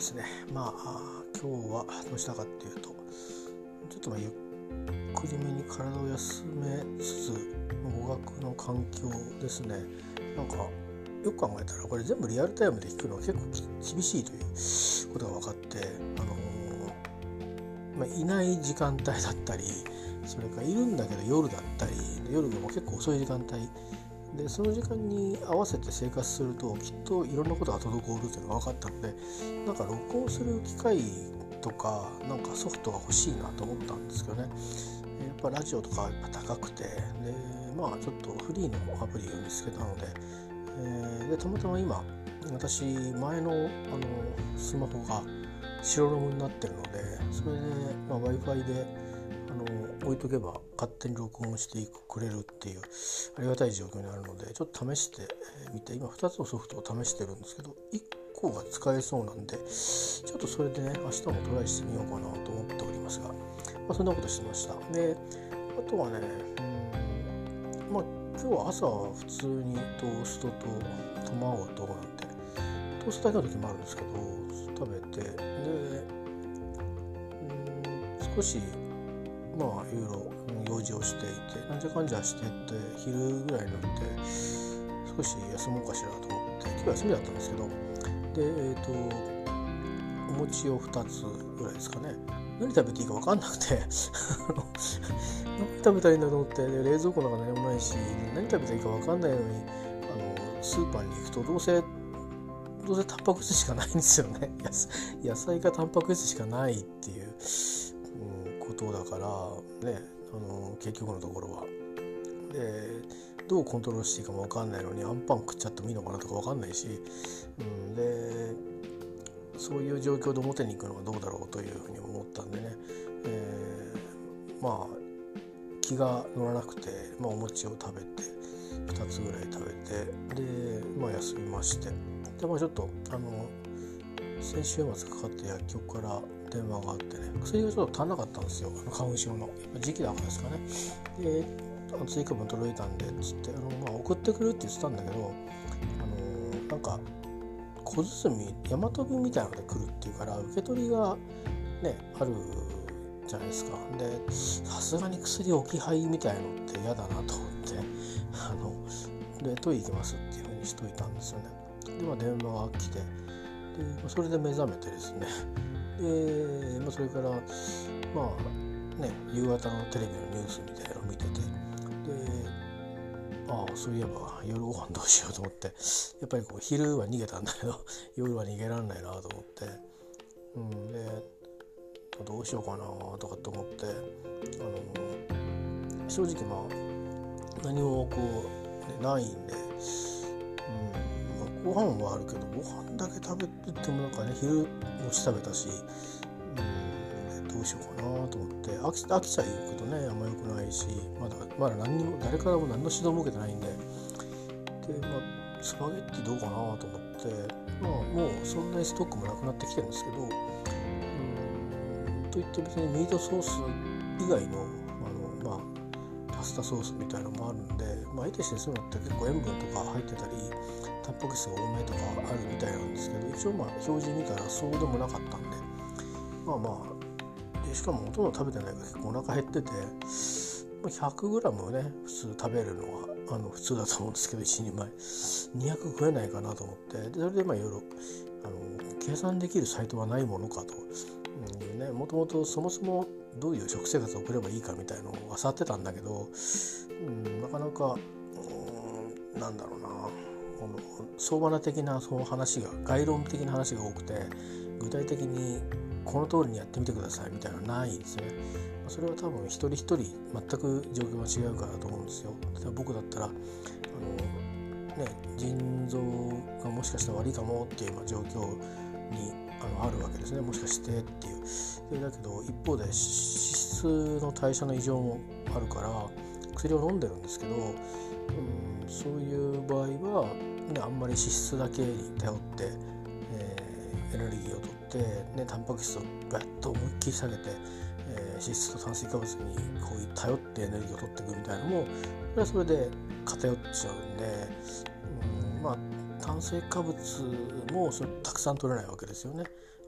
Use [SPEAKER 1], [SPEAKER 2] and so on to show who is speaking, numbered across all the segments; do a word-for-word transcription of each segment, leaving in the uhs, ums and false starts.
[SPEAKER 1] ですね、まあ今日はどうしたかっていうと、ちょっとまあゆっくりめに体を休めつつ語学の環境ですね。なんかよく考えたらこれ全部リアルタイムで聞くのは結構厳しいということが分かって、あのーまあ、いない時間帯だったり、それからいるんだけど夜だったり、夜も結構遅い時間帯で、その時間に合わせて生活するときっといろんなことが滞るというのが分かったので、なんか録音する機械とかなんかソフトが欲しいなと思ったんですけどね。やっぱラジオとかやっぱ高くて、でまあちょっとフリーのアプリを見つけたので、えー、でたまたま今私前のあのスマホが白ロムになってるので、それで、まあ、Wi-Fi であの置いとけば勝手に録音してくれるっていうありがたい状況になるので、ちょっと試してみて、今ふたつのソフトを試してるんですけど、いっこが使えそうなんで、ちょっとそれでね明日もトライしてみようかなと思っておりますが、まあ、そんなことしてました。であとはね、うんまあ今日は朝は普通にトーストと卵となんてトーストだけの時もあるんですけど食べて、で、うん少しまあいろいろ用事をしていて、なんじゃかんじゃしてって昼ぐらいになって少し休もうかしらと思って、今日休みだったんですけど、でえっとお餅をふたつぐらいですかね、何食べていいか分かんなくて何食べたらいいんだと思って、冷蔵庫なんか何もないし何食べたらいいか分かんないのに、あのスーパーに行くとどうせどうせタンパク質しかないんですよね。野菜かタンパク質しかないっていう、うん、ことだからね、あの結局のところはでどうコントロールしていいかも分かんないのに、アンパン食っちゃってもいいのかなとか分かんないし、うん、でそういう状況で表に行くのはどうだろうというふうに思ったんでね、えー、まあ気が乗らなくて、まあ、お餅を食べてふたつぐらい食べて、で、まあ、休みまして、で、まあ、ちょっとあの先週末かかって薬局から電話があってね、薬がちょっと足んなかったんですよ、花粉症の時期だからですかね。で追加分届いたんでつってあの、まあ、送ってくるって言ってたんだけど、あのなんか小包ヤマト便みたいなので来るっていうから、受け取りがねあるじゃないですか。でさすがに薬置き配みたいのって嫌だなと思って、あのでトイレ行きますっていう風にしといたんですよね。で、まあ、電話が来て、でそれで目覚めてですね、で、まあ、それからまあね夕方のテレビのニュースみたいなのを見てて、でああそういえば夜ご飯どうしようと思って、やっぱりこう昼は逃げたんだけど夜は逃げられないなと思って、うん、でどうしようかなとかと思って、あの正直まあ何もこう、ね、ないんで、うんまあ、ご飯はあるけどご飯だけ食べててもなんかね昼餅食べたし、うん、どうしようかなと思って、飽き、飽きちゃいくとねあんま良くないし、まだまだ何にも誰からも何の指導も受けてないんで、でまあスパゲッティどうかなと思って、まあもうそんなにストックもなくなってきてるんですけど、といって別にミートソース以外の、あの、まあ、パスタソースみたいなのもあるんで、まあ、得てしてそういうのって結構塩分とか入ってたりタンパク質が多めとかあるみたいなんですけど、一応まあ表示見たらそうでもなかったんで、まあまあでしかもほとんど食べてないから結構お腹減ってて、ひゃくグラムをね普通食べるのはあの普通だと思うんですけど、いちにんまえにひゃく食えないかなと思って、でそれでまあいろいろあの計算できるサイトはないものかというね、もともとそもそもどういう食生活を送ればいいかみたいのを漁ってたんだけど、うん、なかなか、うん、なんだろうな、この相場な的なその話が概論的な話が多くて、具体的にこの通りにやってみてくださいみたいなのはないんですね。それは多分一人一人全く状況が違うからだと思うんですよ。例えば僕だったらあの、ね、腎臓がもしかしたら悪いかもっていう状況にあのあるわけですね、もしかしてっていう。でだけど一方で脂質の代謝の異常もあるから薬を飲んでるんですけど、うん、そういう場合は、ね、あんまり脂質だけに頼って、えー、エネルギーを取って、ね、タンパク質をガッと思いっきり下げて、えー、脂質と炭水化物にこう頼ってエネルギーを取っていくみたいなのもそれはそれで偏っちゃうんで、うん、まあ炭水化物もそれたくさん取れないわけですよね。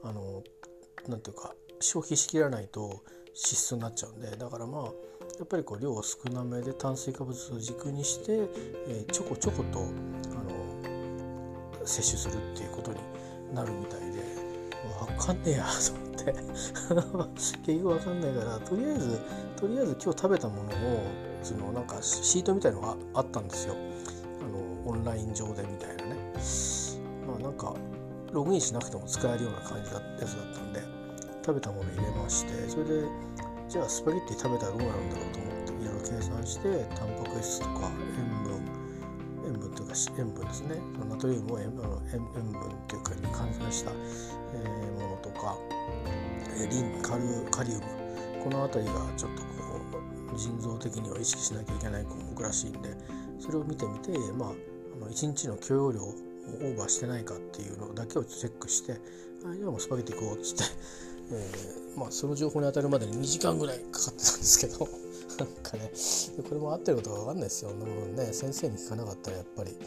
[SPEAKER 1] あのなんていうか消費しきらないと脂質になっちゃうんで、だからまあやっぱりこう量少なめで炭水化物を軸にして、えー、ちょこちょことあの摂取するっていうことになるみたいで、分かんねえやと思って結局分かんないから、とりあえずとりあえず今日食べたものをそのなんかシートみたいのがあったんですよ、あのオンライン上でみたいなね。まあなんかログインしなくても使えるような感じだやつだったんで、食べたもの入れまして、それでじゃあスパゲッティ食べたらどうなるんだろうと思っていろいろ計算して、タンパク質とか塩分塩分というか塩分ですね、ナトリウムを塩分塩分というかに換算した、えー、ものとか、えー、リンカルカリウム、この辺りがちょっとこう腎臓的には意識しなきゃいけない項目らしいんで、それを見てみて、まあ、あのいちにちの許容量をオーバーしてないかっていうのだけをチェックして、あ、じゃあもうスパゲッティ食おうっつって、えーまあ、その情報に当たるまでににじかんぐらいかかってたんですけどなんかね、これも合ってることが分かんないですよ。でもね、先生に聞かなかったらやっぱり、うん、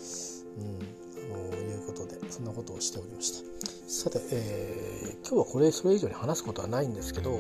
[SPEAKER 1] あのいうことでそんなことをしておりました。さて、えー、今日はこれそれ以上に話すことはないんですけど、うん、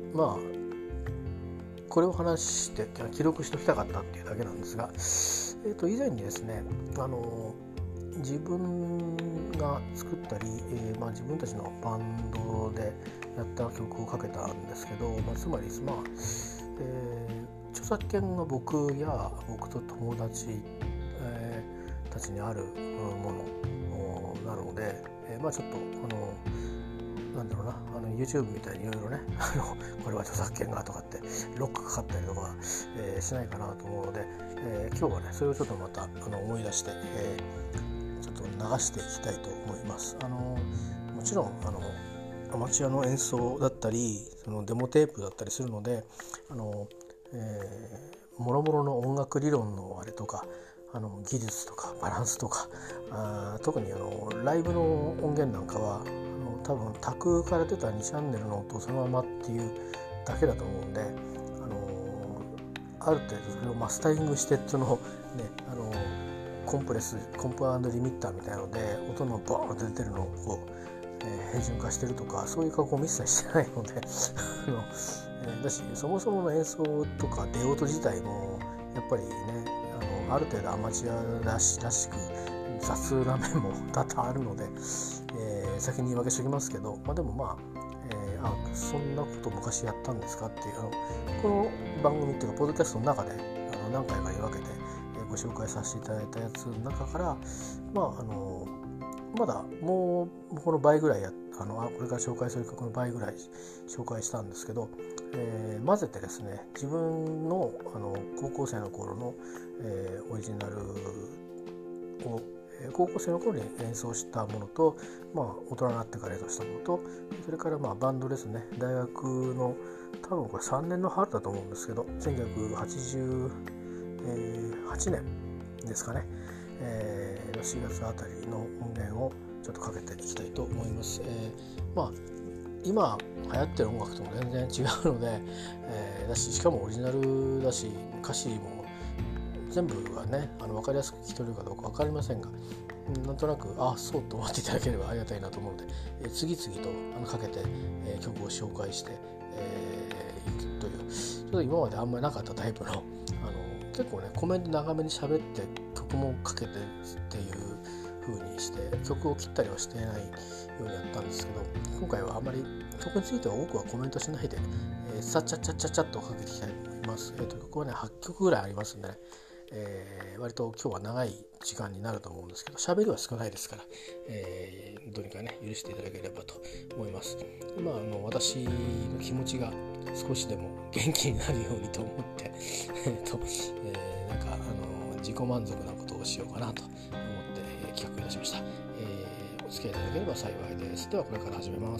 [SPEAKER 1] まあこれを話して記録しておきたかったっていうだけなんですが、えー、と以前にですね、あの自分が作ったり、えーまあ、自分たちのバンドでやった曲をかけたんですけど、まあ、つまり、まあえー、著作権が僕や僕と友達、えー、たちにあるものなので、えーまあ、ちょっとあのなんだろうな、あの YouTube みたいにいろいろねあのこれは著作権がとかってロックかかったりとか、えー、しないかなと思うので、えー、今日はねそれをちょっとまたあの思い出して、えー、ちょっと流していきたいと思います。あのもちろんあのアマチュアの演奏だったりそのデモテープだったりするので、あの、えー、もろもろの音楽理論のあれとか、あの技術とかバランスとか、あ特にあのライブの音源なんかは多分タクから出たにチャンネルの音そのままっていうだけだと思うんで、あのー、ある程度それをマスタリングしてそのね、あのー、コンプレスコンプ&リミッターみたいなので音のボーンと出てるのをこう、えー、平準化してるとかそういう加工も一切してないのであの、えー、だしそもそもの演奏とか出音自体もやっぱりね、あのある程度アマチュアらしらしく雑な面も多々あるので、えー、先に言い訳しておきますけど、まあ、でもまあ、えー、あそんなこと昔やったんですかっていう、あのこの番組っていうかポッドキャストの中であの何回かに分けて、えー、ご紹介させていただいたやつの中から、まああのまだもうこの倍ぐらいやあのこれから紹介する曲の倍ぐらい紹介したんですけど、えー、混ぜてですね、自分の、あの高校生の頃の、えー、オリジナルを高校生の頃に演奏したものと、まあ、大人になってから演奏したものと、それからまあバンドですね、大学の多分これさんねんの春だと思うんですけど、せんきゅうひゃくはちじゅうはちねんですかね、えー、しがつあたりの音源をちょっとかけていきたいと思います。えー、まあ今流行ってる音楽とも全然違うので、えー、だししかもオリジナルだし歌詞も全部がねあの分かりやすく聞き取れるかどうか分かりませんが、なんとなくあそうと思っていただければありがたいなと思うので、えー、次々とあのかけて、えー、曲を紹介してい、えー、くという、ちょっと今まであんまりなかったタイプの、あの結構ねコメント長めに喋って曲もかけてっていう風にして曲を切ったりはしていないようにやったんですけど、今回はあまり曲については多くはコメントしないで、えー、さっちゃっちゃっちゃっちゃっとかけていきたいと思います。えー、と曲はねはっきょくぐらいありますんでね、えー、割と今日は長い時間になると思うんですけど、喋りは少ないですから、えー、どうにかね許していただければと思います。まあ、あの私の気持ちが少しでも元気になるようにと思ってえっと、えー、なんかあの自己満足なことをしようかなと思って、えー、企画いたしました。えー、お付き合いいただければ幸いです。ではこれから始めます。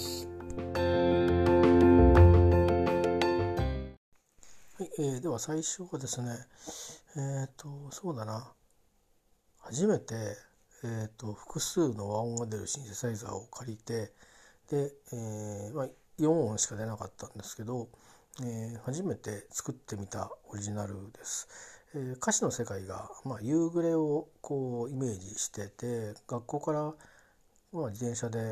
[SPEAKER 1] はい、えー、では最初はですね、えっとそうだな初めて、えー、と複数の和音が出るシンセサイザーを借りて、で、えーまあ、よんおんしか出なかったんですけど、えー、初めて作ってみたオリジナルです。えー、歌詞の世界が、まあ、夕暮れをこうイメージしてて、学校から、まあ、自転車で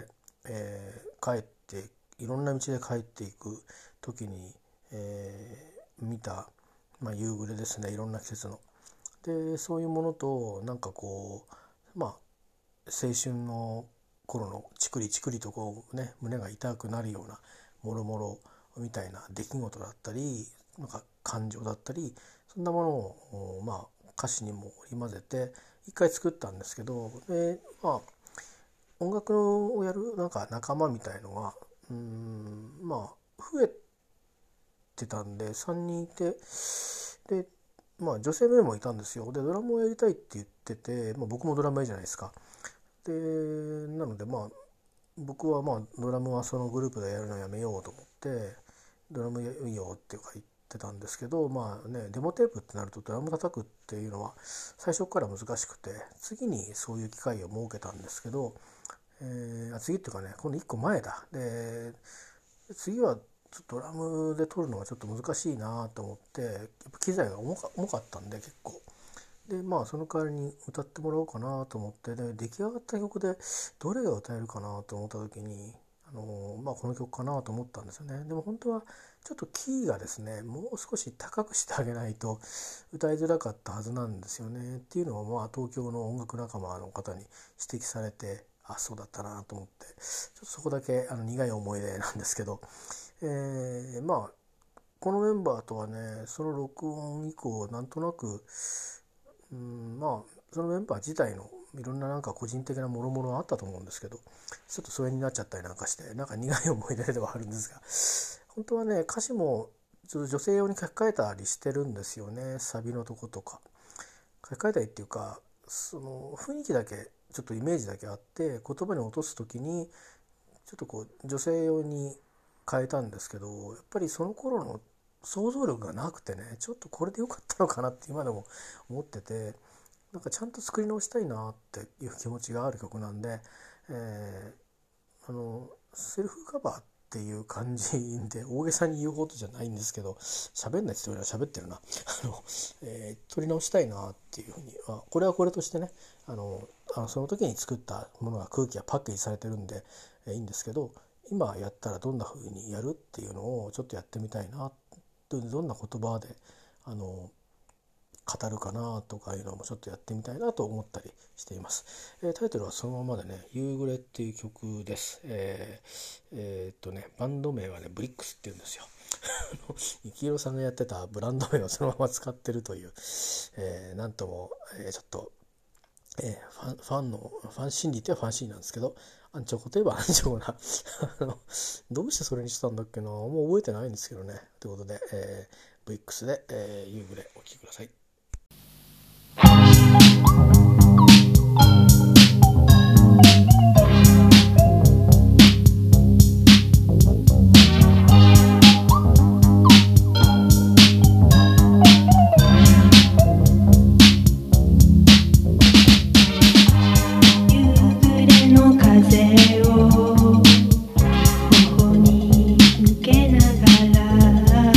[SPEAKER 1] えー、帰っていろんな道で帰っていく時に、えー、見た、まあ、夕暮れですね、いろんな季節の。でそういうものとなんかこうまあ青春の頃のチクリチクリとこうね胸が痛くなるようなもろもろみたいな出来事だったりなんか感情だったりそんなものをまあ歌詞にも織り交ぜて一回作ったんですけど、でまあ音楽をやるなんか仲間みたいのがうーんまあ増えてたんでさんにんいて、でまあ女性名もいたんですよ。でドラムをやりたいって言ってて、まあ、僕もドラムやるじゃないですか。でなのでまあ僕はまあドラムはそのグループでやるのやめようと思ってドラムいいよっていうか言ってたんですけど、まあねデモテープってなるとドラム叩くっていうのは最初から難しくて、次にそういう機会を設けたんですけど、えー、次っていうかねこのいっこまえだ。で次はドラムで撮るのがちょっと難しいなと思ってやっぱ機材が重か、重かったんで結構でまあその代わりに歌ってもらおうかなと思ってで出来上がった曲でどれが歌えるかなと思った時に、あのー、まあこの曲かなと思ったんですよね。でも本当はちょっとキーがですねもう少し高くしてあげないと歌いづらかったはずなんですよねっていうのをまあ東京の音楽仲間の方に指摘されて、あそうだったなと思ってちょっとそこだけあの苦い思い出なんですけど、えー、まあこのメンバーとはねその録音以降なんとなくうんまあそのメンバー自体のいろんななんか個人的なもろもろあったと思うんですけどちょっと疎遠になっちゃったりなんかしてなんか苦い思い出ではあるんですが、本当はね歌詞もちょっと女性用に書き換えたりしてるんですよね。サビのとことか書き換えたりっていうかその雰囲気だけちょっとイメージだけあって言葉に落とす時にちょっとこう女性用に変えたんですけど、やっぱりその頃の想像力がなくてねちょっとこれでよかったのかなって今でも思ってて、なんかちゃんと作り直したいなっていう気持ちがある曲なんで、えー、あのセルフカバーっていう感じで大げさに言うほどじゃないんですけど喋んないって言ったら喋ってるなあの、えー、撮り直したいなっていうふうに、まあ、これはこれとしてねあのあのその時に作ったものが空気がパッケージされてるんで、えー、いいんですけど今やったらどんな風にやるっていうのをちょっとやってみたいな、どんな言葉であの語るかなとかいうのもちょっとやってみたいなと思ったりしています。えー、タイトルはそのままでね夕暮れっていう曲です。えー、えー、っとねバンド名はねブリックスっていうんですよ幸宏さんがやってたブランド名をそのまま使ってるという、えー、なんとも、えー、ちょっと、えー、ファン、ファンのファン心理ってはファン心理なんですけどアンチョコといえばアンチョコなあのどうしてそれにしたんだっけなもう覚えてないんですけどね。ということで、えー、ブリックスで、えー、夕暮れお聴きください。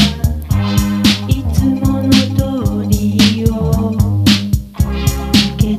[SPEAKER 2] いつもの通りを受け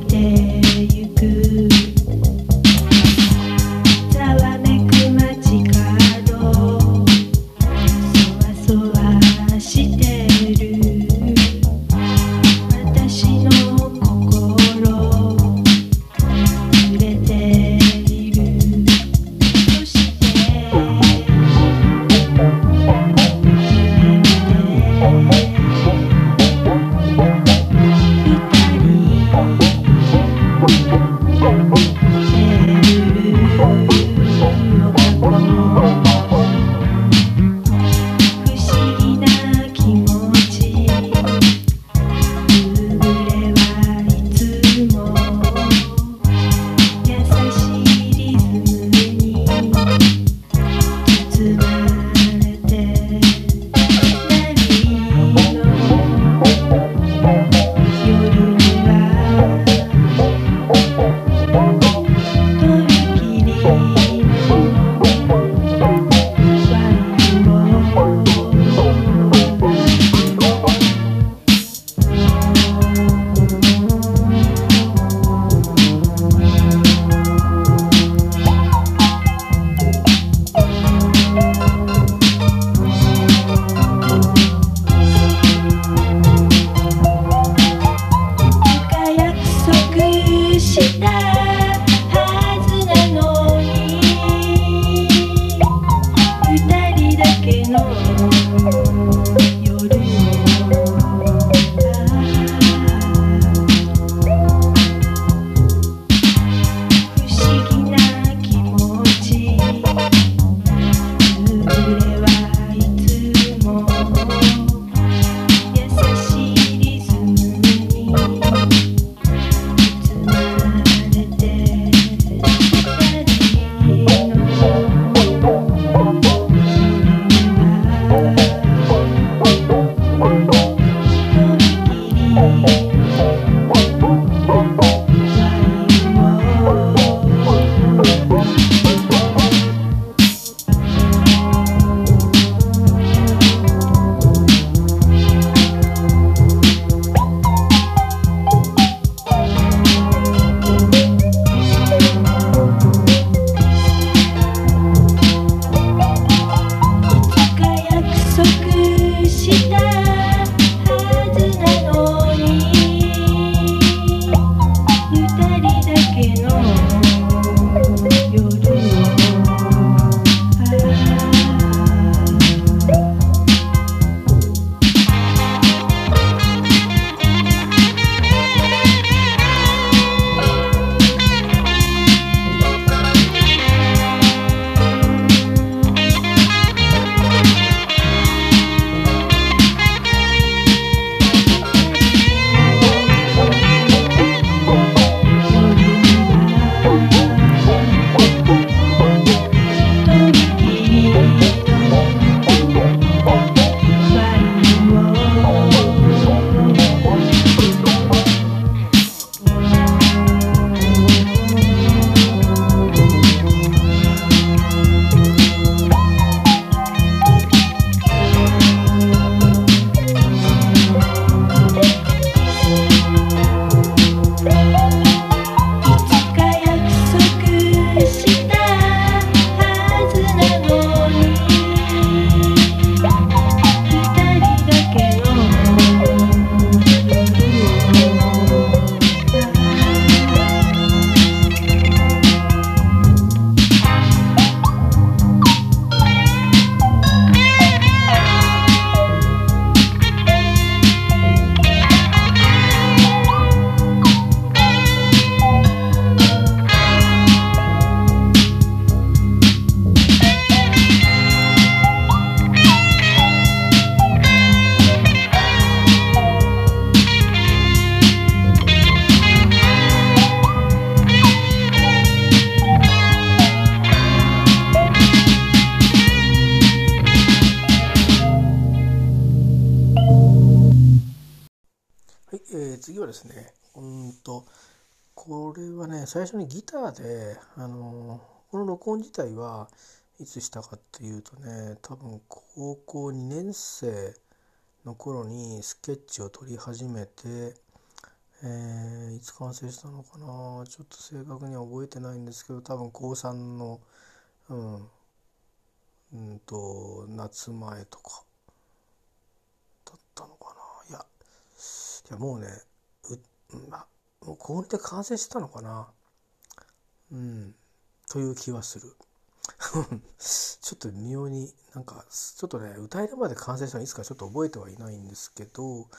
[SPEAKER 1] 次はですね、うんとこれはね、最初にギターで、あのこの録音自体はいつしたかっていうとね、多分高校にねん生の頃にスケッチを撮り始めて、えー、いつ完成したのかな、ちょっと正確には覚えてないんですけど、多分高さんの、うん、うんと夏前とかだったのかな。いや、いやもうね、う、ま、もう高にで完成したのかな、うん、という気はする。ちょっと妙になんかちょっとね、歌えるまで完成したのいつかちょっと覚えてはいないんですけど、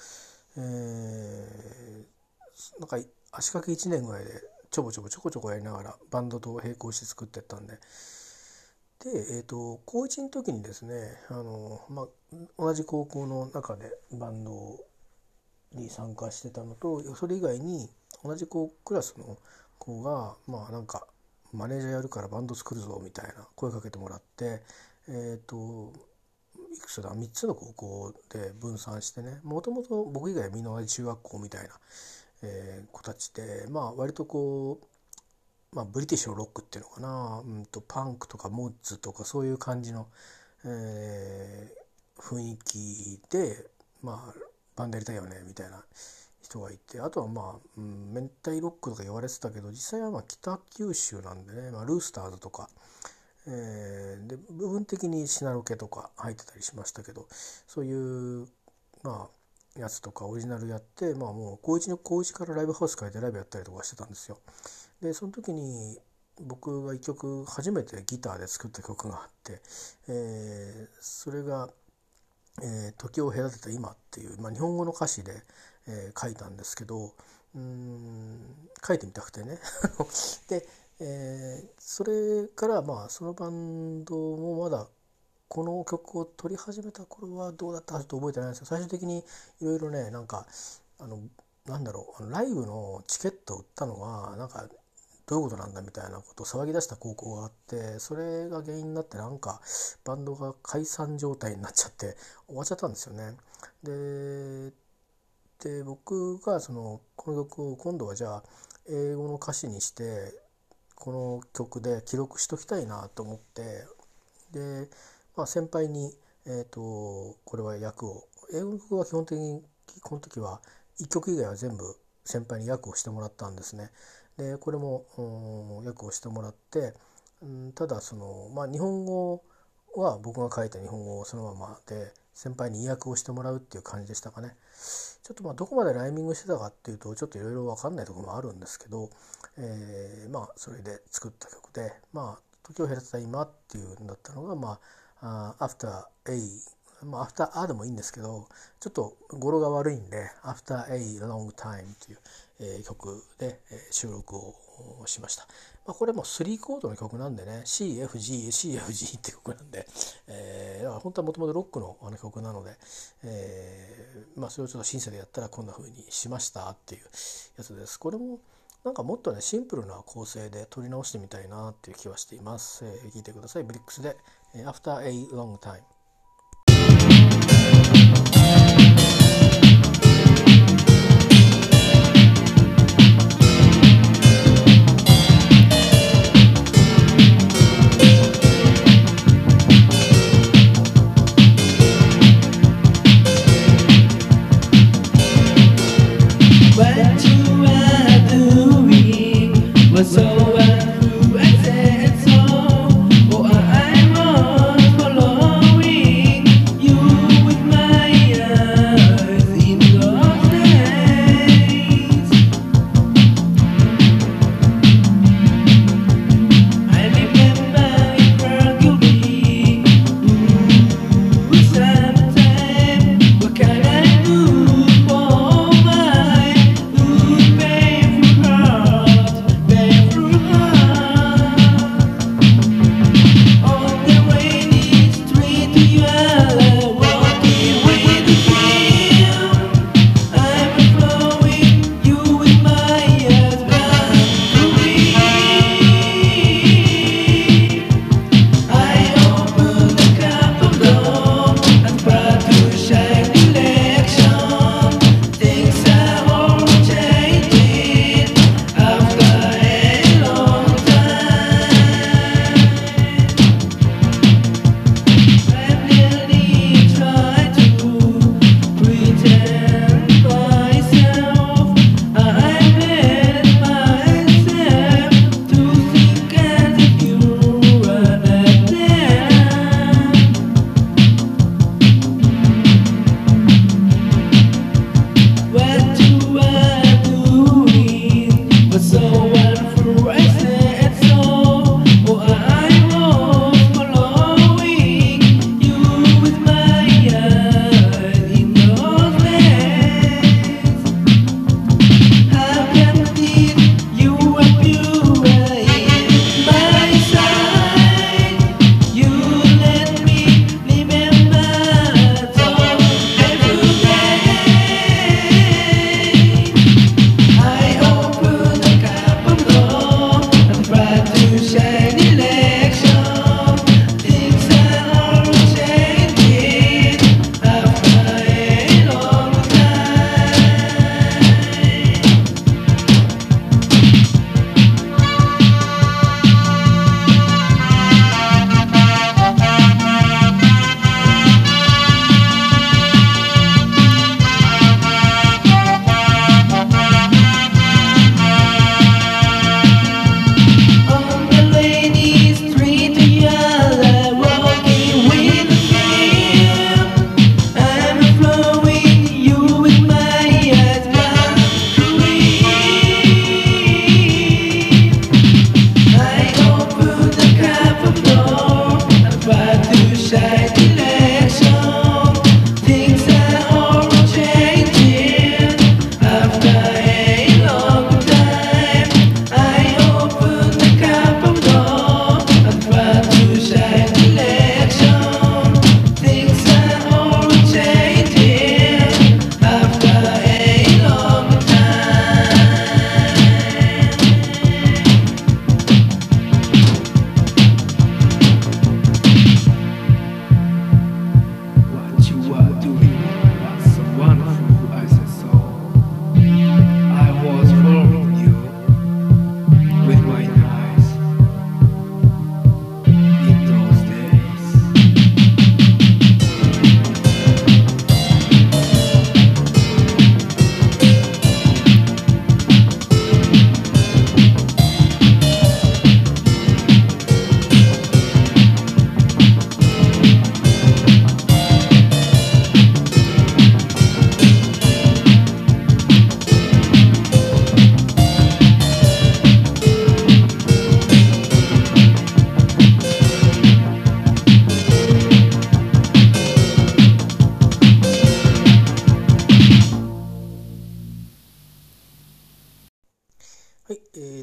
[SPEAKER 1] えー、なんか足掛けいちねんぐらいでちょぼちょぼちょこちょこやりながらバンドと並行して作ってったんで、で、えーと、高いちの時にですね、あの、まあ、同じ高校の中でバンドに参加してたのと、それ以外に同じ高クラスの子が、まあなんかマネージャーやるからバンド作るぞみたいな声かけてもらって、えっといくつだみっつの高校で分散してね、もともと僕以外はみんな同じ中学校みたいな、えー子たちで、まあ割とこう、まあ、ブリティッシュのロックっていうのかな、うんとパンクとかモッズとかそういう感じの、えー雰囲気で、まあバンドやりたいよねみたいな人がいて、あとはまあ、うん、明太ロックとか言われてたけど、実際はまあ北九州なんでね、まあ、ルースターズとか、えーで部分的にシナロケとか入ってたりしましたけど、そういうまあやつとかオリジナルやって、まあもう高一の高一からライブハウス変えてライブやったりとかしてたんですよ。でその時に僕がいっきょく初めてギターで作った曲があって、えー、それが、えー「時を隔てた今」っていう、まあ、日本語の歌詞で、えー、書いたんですけど、うーん書いてみたくてねで、えー、それからまあそのバンドもまだこの曲を撮り始めた頃はどうだったかちょっと覚えてないんですけど、最終的にいろいろねなんかあのなんだろうライブのチケットを売ったのはなんかどういうことなんだみたいなことを騒ぎ出した高校があって、それが原因になってなんかバンドが解散状態になっちゃって終わっちゃったんですよね。でで僕がそのこの曲を今度はじゃあ英語の歌詞にしてこの曲で記録しときたいなと思って、で、まあ、先輩に、えーと、これは訳を英語の曲は基本的にこの時はいっきょく以外は全部先輩に訳をしてもらったんですね。でこれも、うん、訳をしてもらって、うん、ただその、まあ、日本語は僕が書いた日本語をそのままで先輩に意訳をしてもらうっていう感じでしたかね。ちょっとまあどこまでライミングしてたかっていうとちょっといろいろ分かんないところもあるんですけど、えー、まあそれで作った曲で、まあ時を隔てた今っていうんだったのが、まあ After A、まあ After A でもいいんですけど、ちょっと語呂が悪いんで After A Long Time という、えー、曲で、えー、収録をしました。まあ、これもスリーコードの曲なんでね シーエフジーシーエフジー って曲なんで、えー、だから本当はもともとロックのあの曲なので、えー、まあそれをちょっとシンセでやったらこんな風にしましたっていうやつです。これもなんかもっとねシンプルな構成で撮り直してみたいなっていう気はしています。えー、聞いてください。ブリックスで After a Long Time。
[SPEAKER 2] Barefoot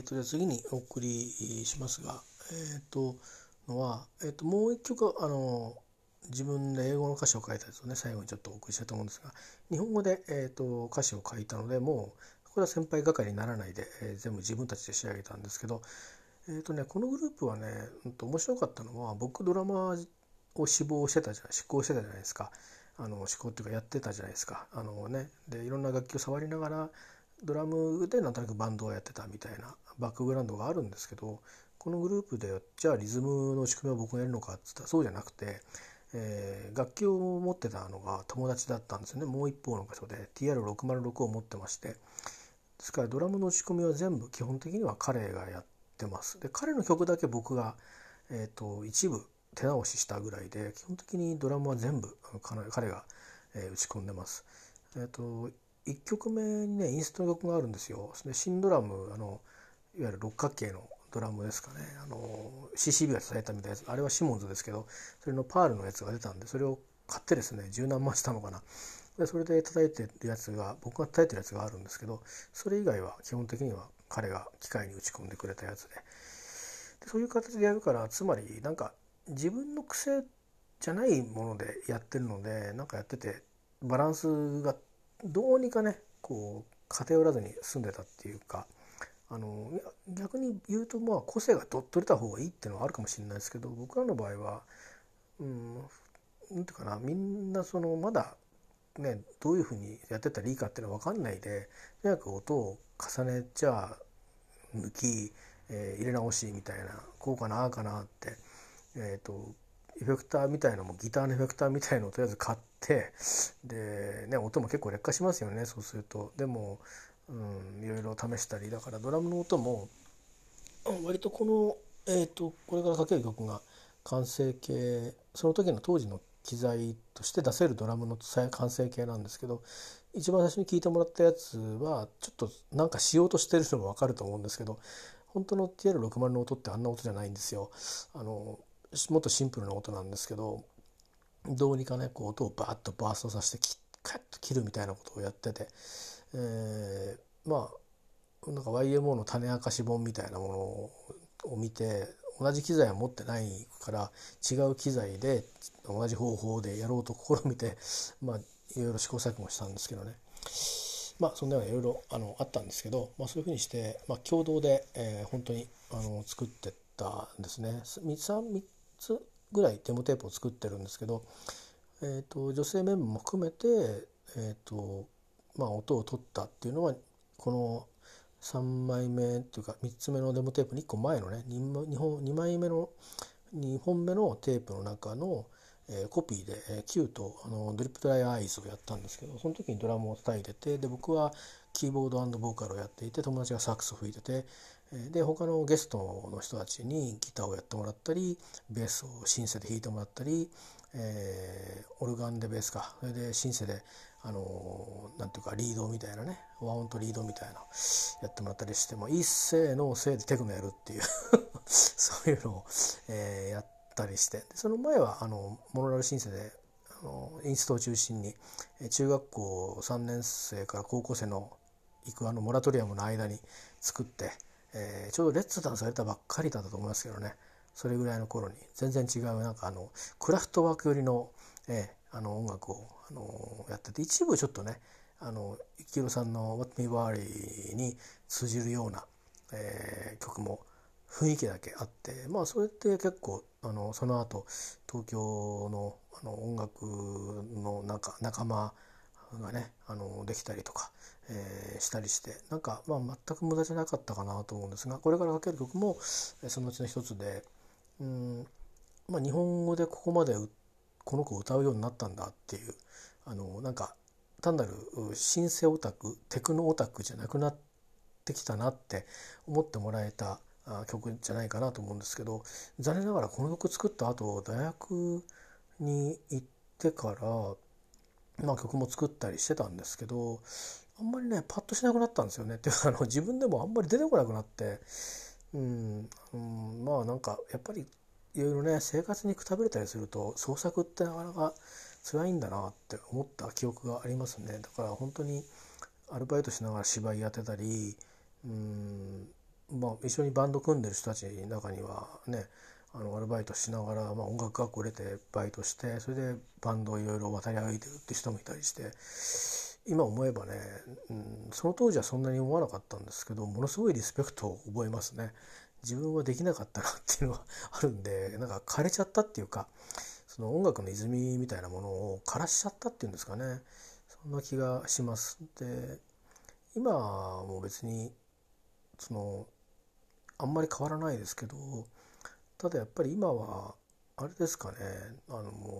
[SPEAKER 1] とじゃあ次にお送りしますが、えっ、とのは、えっ、ともう一曲あの自分で英語の歌詞を書いたやつをね最後にちょっとお送りしたいと思うんですが、日本語で、えー、と歌詞を書いたので、もうこれは先輩係にならないで、えー全部自分たちで仕上げたんですけど、えーとね、このグループはね、うんと面白かったのは、僕ドラマを志望してたじゃない執行してたじゃないですか。あの志向っていうかやってたじゃないですか。あのね、でいろんな楽器を触りながらドラムでなんとなくバンドをやってたみたいなバックグラウンドがあるんですけど、このグループでじゃあリズムの仕組みは僕がやるのかって言ったらそうじゃなくて、えー楽器を持ってたのが友達だったんですよね。もう一方の場所で ティーアールろくまるろく を持ってまして、ですからドラムの仕組みは全部基本的には彼がやってます。で彼の曲だけ僕が、えー、と一部手直ししたぐらいで、基本的にドラムは全部彼が、えー打ち込んでます。えー、といっきょくめにねインストの曲があるんですよ。で新ドラム、あのいわゆる六角形のドラムですかね、あの シーシービー が伝えたみたいなやつ、あれはシモンズですけど、それのパールのやつが出たんで、それを買ってですね、十何万したのかな。でそれで叩いてるやつが、僕が叩いてるやつがあるんですけど、それ以外は基本的には彼が機械に打ち込んでくれたやつで、でそういう形でやるから、つまりなんか自分の癖じゃないものでやってるので、なんかやっててバランスがどうにかねこう偏らずに済んでたっていうか、あのいや逆に言うと、まあ個性がどっと出た方がいいっていうのはあるかもしれないですけど、僕らの場合はうんなんていうかな、みんなそのまだねどういうふうにやってったらいいかっていうのは分かんないで、とにかく音を重ねちゃ抜き、えー入れ直しみたいな、こうかなああかなって、えーとエフェクターみたいのも、ギターのエフェクターみたいのをとりあえず買って、で、ね、音も結構劣化しますよね、そうすると。でも、うん、いろいろ試したり、だからドラムの音もうん割とこの、えーとこれからかける曲が完成形、その時の当時の機材として出せるドラムの完成形なんですけど、一番最初に聴いてもらったやつはちょっとなんかしようとしてるのが分かると思うんですけど、本当の ティーアールろくまる の音ってあんな音じゃないんですよ。あのもっとシンプルな音なんですけど、どうにかねこう音をバーッとバーストさせてカッと切るみたいなことをやってて、えーまあなんか ワイエムオー の種明かし本みたいなものを見て、同じ機材は持ってないから違う機材で同じ方法でやろうと試みて、まあいろいろ試行錯誤したんですけどね、まあそんなようないろいろあのあったんですけど、まあ、そういうふうにして、まあ、共同で、えー本当にあの作ってったんですね。みっつぐらいデモテープを作ってるんですけど、えー、と女性メンバーも含めて、えーとまあ、音を取ったっていうのはこのさんまいめというかみっつめのデモテープにいっこまえのね 2, 本にまいめのにほんめのテープの中の、えーコピーで、えー、Q とあのドリップドライアイズをやったんですけど、その時にドラムを叩いてて、で僕はキーボード&ボーカルをやっていて、友達がサックスを吹いてて、えーで他のゲストの人たちにギターをやってもらったり、ベースをシンセで弾いてもらったり、えーオルガンでベースか、それでシンセであのーなんていうかリードみたいなね、和音とリードみたいなやってもらったりして、も一斉のせいでテクノやるっていうそういうのを、えーやったりして、でその前はあのモノラルシンセであのインストを中心に中学校さんねん生から高校生の行くあのモラトリアムの間に作って、えーちょうどレッツダンされたばっかりだったと思いますけどね、それぐらいの頃に全然違うなんかあのクラフトワーク寄りの、えーあの音楽を、あのやってて、一部ちょっとねあの幸宏さんの「What Me Worry」に通じるような、えー曲も雰囲気だけあって、まあそれって結構あのその後東京のあの音楽のなんか仲間がねあのできたりとか、えーしたりして、なんか、まあ、全く無駄じゃなかったかなと思うんですが、これからかける曲もえーそのうちの一つで、うん、まあ、日本語でここまでうこの子を歌うようになったんだっていう、あのなんか単なるシンセオタクテクノオタクじゃなくなってきたなって思ってもらえたあ曲じゃないかなと思うんですけど、残念ながらこの曲作った後大学に行ってから、まあ、曲も作ったりしてたんですけど、あんまりねパッとしなくなったんですよね。っていうかあの自分でもあんまり出てこなくなって、うん、うん、まあなんかやっぱりいろいろね生活にくたびれたりすると創作ってなかなか辛いんだなって思った記憶がありますね。だから本当にアルバイトしながら芝居やってたり、うんまあ、一緒にバンド組んでる人たちの中にはね、あのアルバイトしながら、まあ、音楽学校出てバイトして、それでバンドをいろいろ渡り歩いてるって人もいたりして、今思えばね、うん、その当時はそんなに思わなかったんですけど、ものすごいリスペクトを覚えますね。自分はできなかったなっていうのがあるんで、なんか枯れちゃったっていうか、その音楽の泉みたいなものを枯らしちゃったっていうんですかね、そんな気がします。で、今も別にそのあんまり変わらないですけど、ただやっぱり今はあれですかね、あのも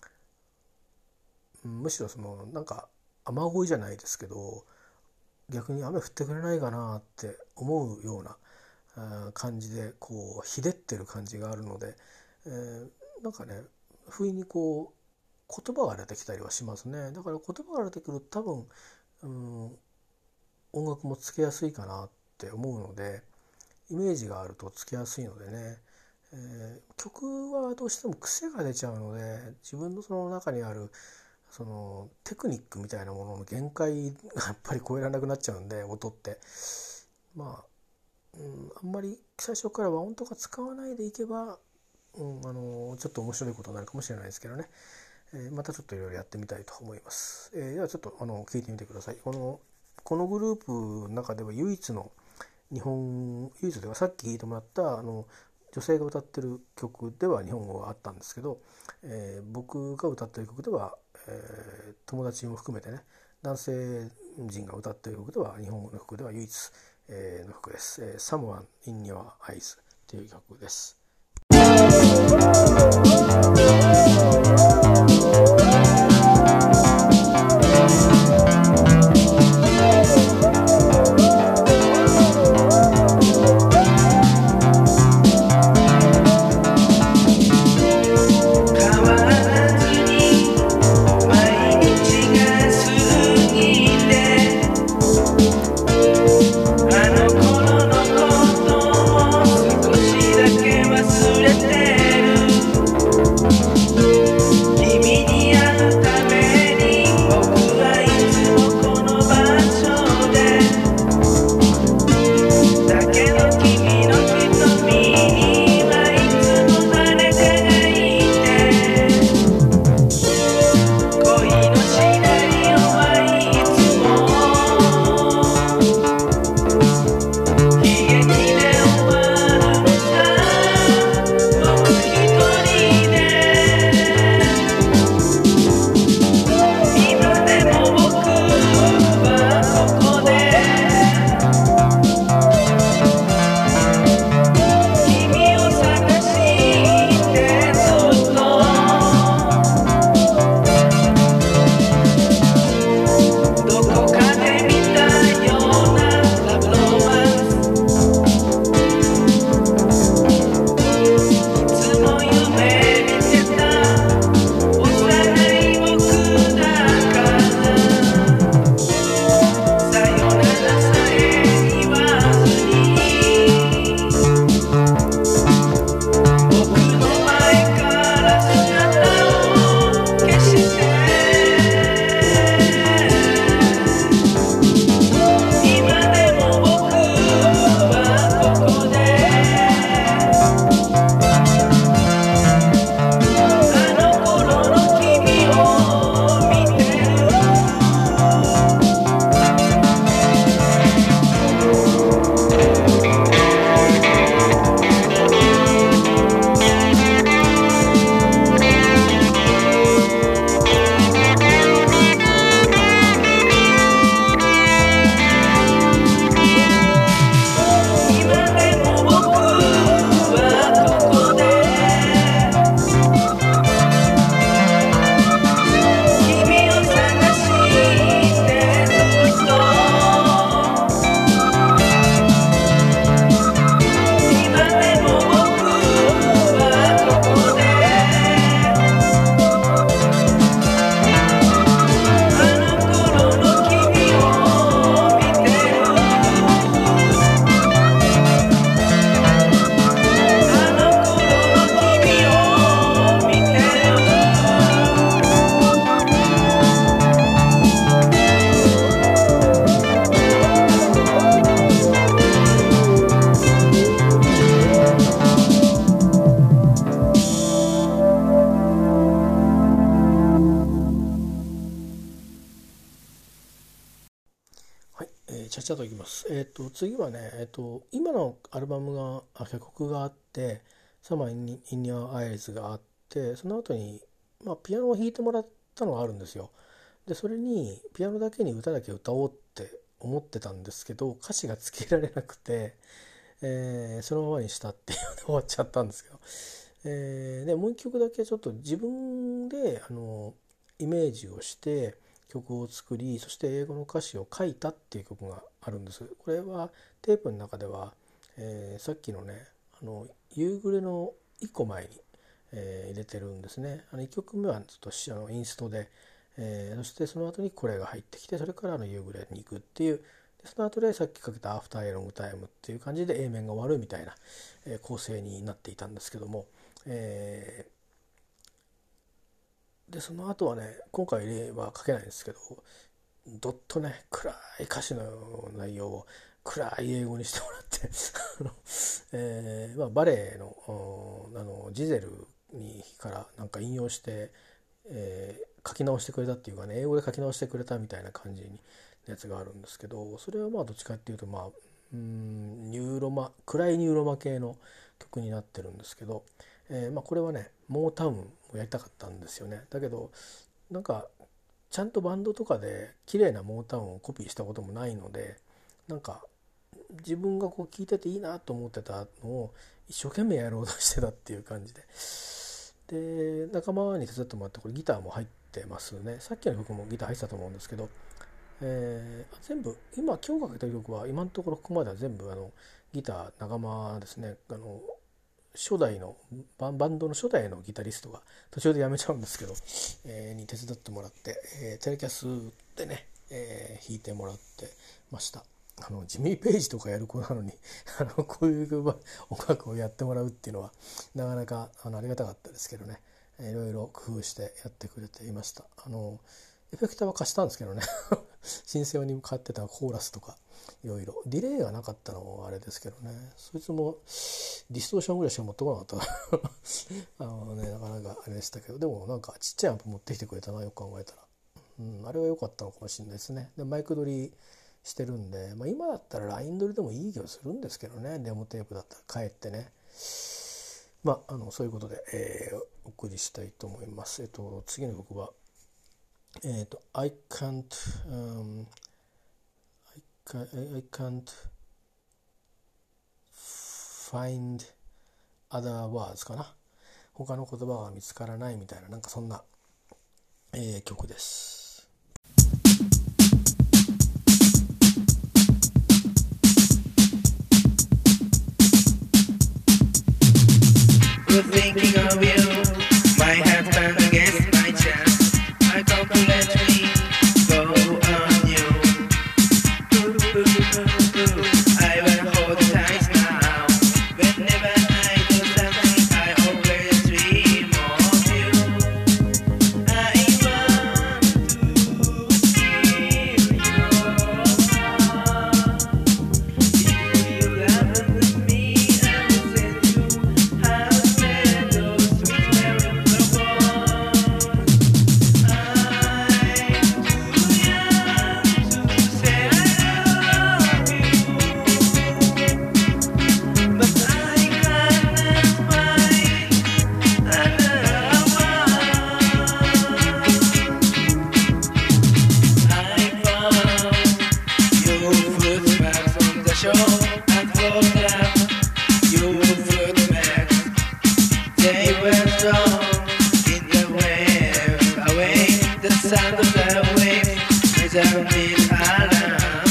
[SPEAKER 1] うむしろそのなんか雨乞いじゃないですけど、逆に雨降ってくれないかなって思うような感じでこうひでってる感じがあるので、えー、なんかね、不意にこう言葉が出てきたりはしますね。だから言葉が出てくると多分、うん、音楽もつけやすいかなって思うので、イメージがあるとつけやすいのでね、えー、曲はどうしても癖が出ちゃうので、自分のその中にあるそのテクニックみたいなものの限界がやっぱり超えられなくなっちゃうんで、音ってまあ、うん、あんまり最初から和音とか使わないでいけば、うん、あのちょっと面白いことになるかもしれないですけどね、えー、またちょっといろいろやってみたいと思います。えー、ではちょっとあの聞いてみてください。このこのグループの中では唯一の日本唯一ではさっき聞いてもらったあの女性が歌ってる曲では日本語があったんですけど、えー、僕が歌ってる曲では、えー、友達も含めてね、男性陣が歌ってる曲では日本語の曲では唯一、えー、の曲です。えー、Someone in Your Eyes という曲です。
[SPEAKER 2] 君に
[SPEAKER 1] えー、ちゃっちゃといきます。えっ、ー、と次はね、えっ、ー、と今のアルバムがあ曲があって、サマーインニアアイズがあって、その後にまあピアノを弾いてもらったのがあるんですよ。でそれにピアノだけに歌だけ歌おうって思ってたんですけど、歌詞がつけられなくて、えー、そのままにしたっていうので終わっちゃったんですけど、えー、でもう一曲だけちょっと自分であのイメージをして曲を作り、そして英語の歌詞を書いたっていう曲があるんです。これはテープの中では、えー、さっきのねあの夕暮れのいっこまえに、えー、入れてるんですね。あのいっきょくめはちょっとあのインストで、えー、そしてその後にこれが入ってきて、それからの夕暮れに行くっていう、でその後でさっきかけたアフターエロングタイムっていう感じで A 面が終わるみたいな、えー、構成になっていたんですけども、えー、でその後はね今回は書けないんですけど、どっとね暗い歌詞の内容を暗い英語にしてもらってあの、えーまあ、バレエの、あのジゼルにからなんか引用して、えー、書き直してくれたっていうかね、英語で書き直してくれたみたいな感じにやつがあるんですけど、それはまあどっちかっていうとまあうーんニューロマ暗いニューロマ系の曲になってるんですけど、えー、まあこれはねモータウンをやりたかったんですよね。だけどなんかちゃんとバンドとかで綺麗なモータウンをコピーしたこともないので、なんか自分がこう聴いてていいなと思ってたのを一生懸命やろうとしてたっていう感じで、で仲間に手伝ってもらって、これギターも入ってますね。さっきの曲もギター入ってたと思うんですけど、えー、全部今今日かけた曲は今のところここまでは全部あのギター仲間ですね。あの初代のバンドの初代のギタリストが途中で辞めちゃうんですけど、えー、に手伝ってもらって、えー、テレキャスでね、えー、弾いてもらってました。あのジミー・ペイジとかやる子なのにあのこういう音楽をやってもらうっていうのはなかなかあのありがたかったですけどね、いろいろ工夫してやってくれていました。あのエフェクターは貸したんですけどねシンセオに向かってたコーラスとかいろいろディレイがなかったのはあれですけどね、そいつもディストーションぐらいしか持ってこなかったあのねなかなかあれでしたけど、でもなんかちっちゃいアンプ持ってきてくれたな、よく考えたら、うん、あれは良かったのかもしれないですね。でマイク撮りしてるんで、まあ、今だったらライン撮りでもいい気がするんですけどね、デモテープだったら帰ってね、まああのそういうことで、えー、お送りしたいと思います。えっと次の曲はえっと I can't、um, I can't, I can't find other words かな、他の言葉が見つからないみたいな、なんかそんな、えー、曲です。
[SPEAKER 2] Thinking of you, my head turned against my chest. I don't let me go on you. I will hold tight now. Whenever I do something, I always dream of you. I want to feel your heart. If you love me, I will send you how. Sound of the waves without me alarm.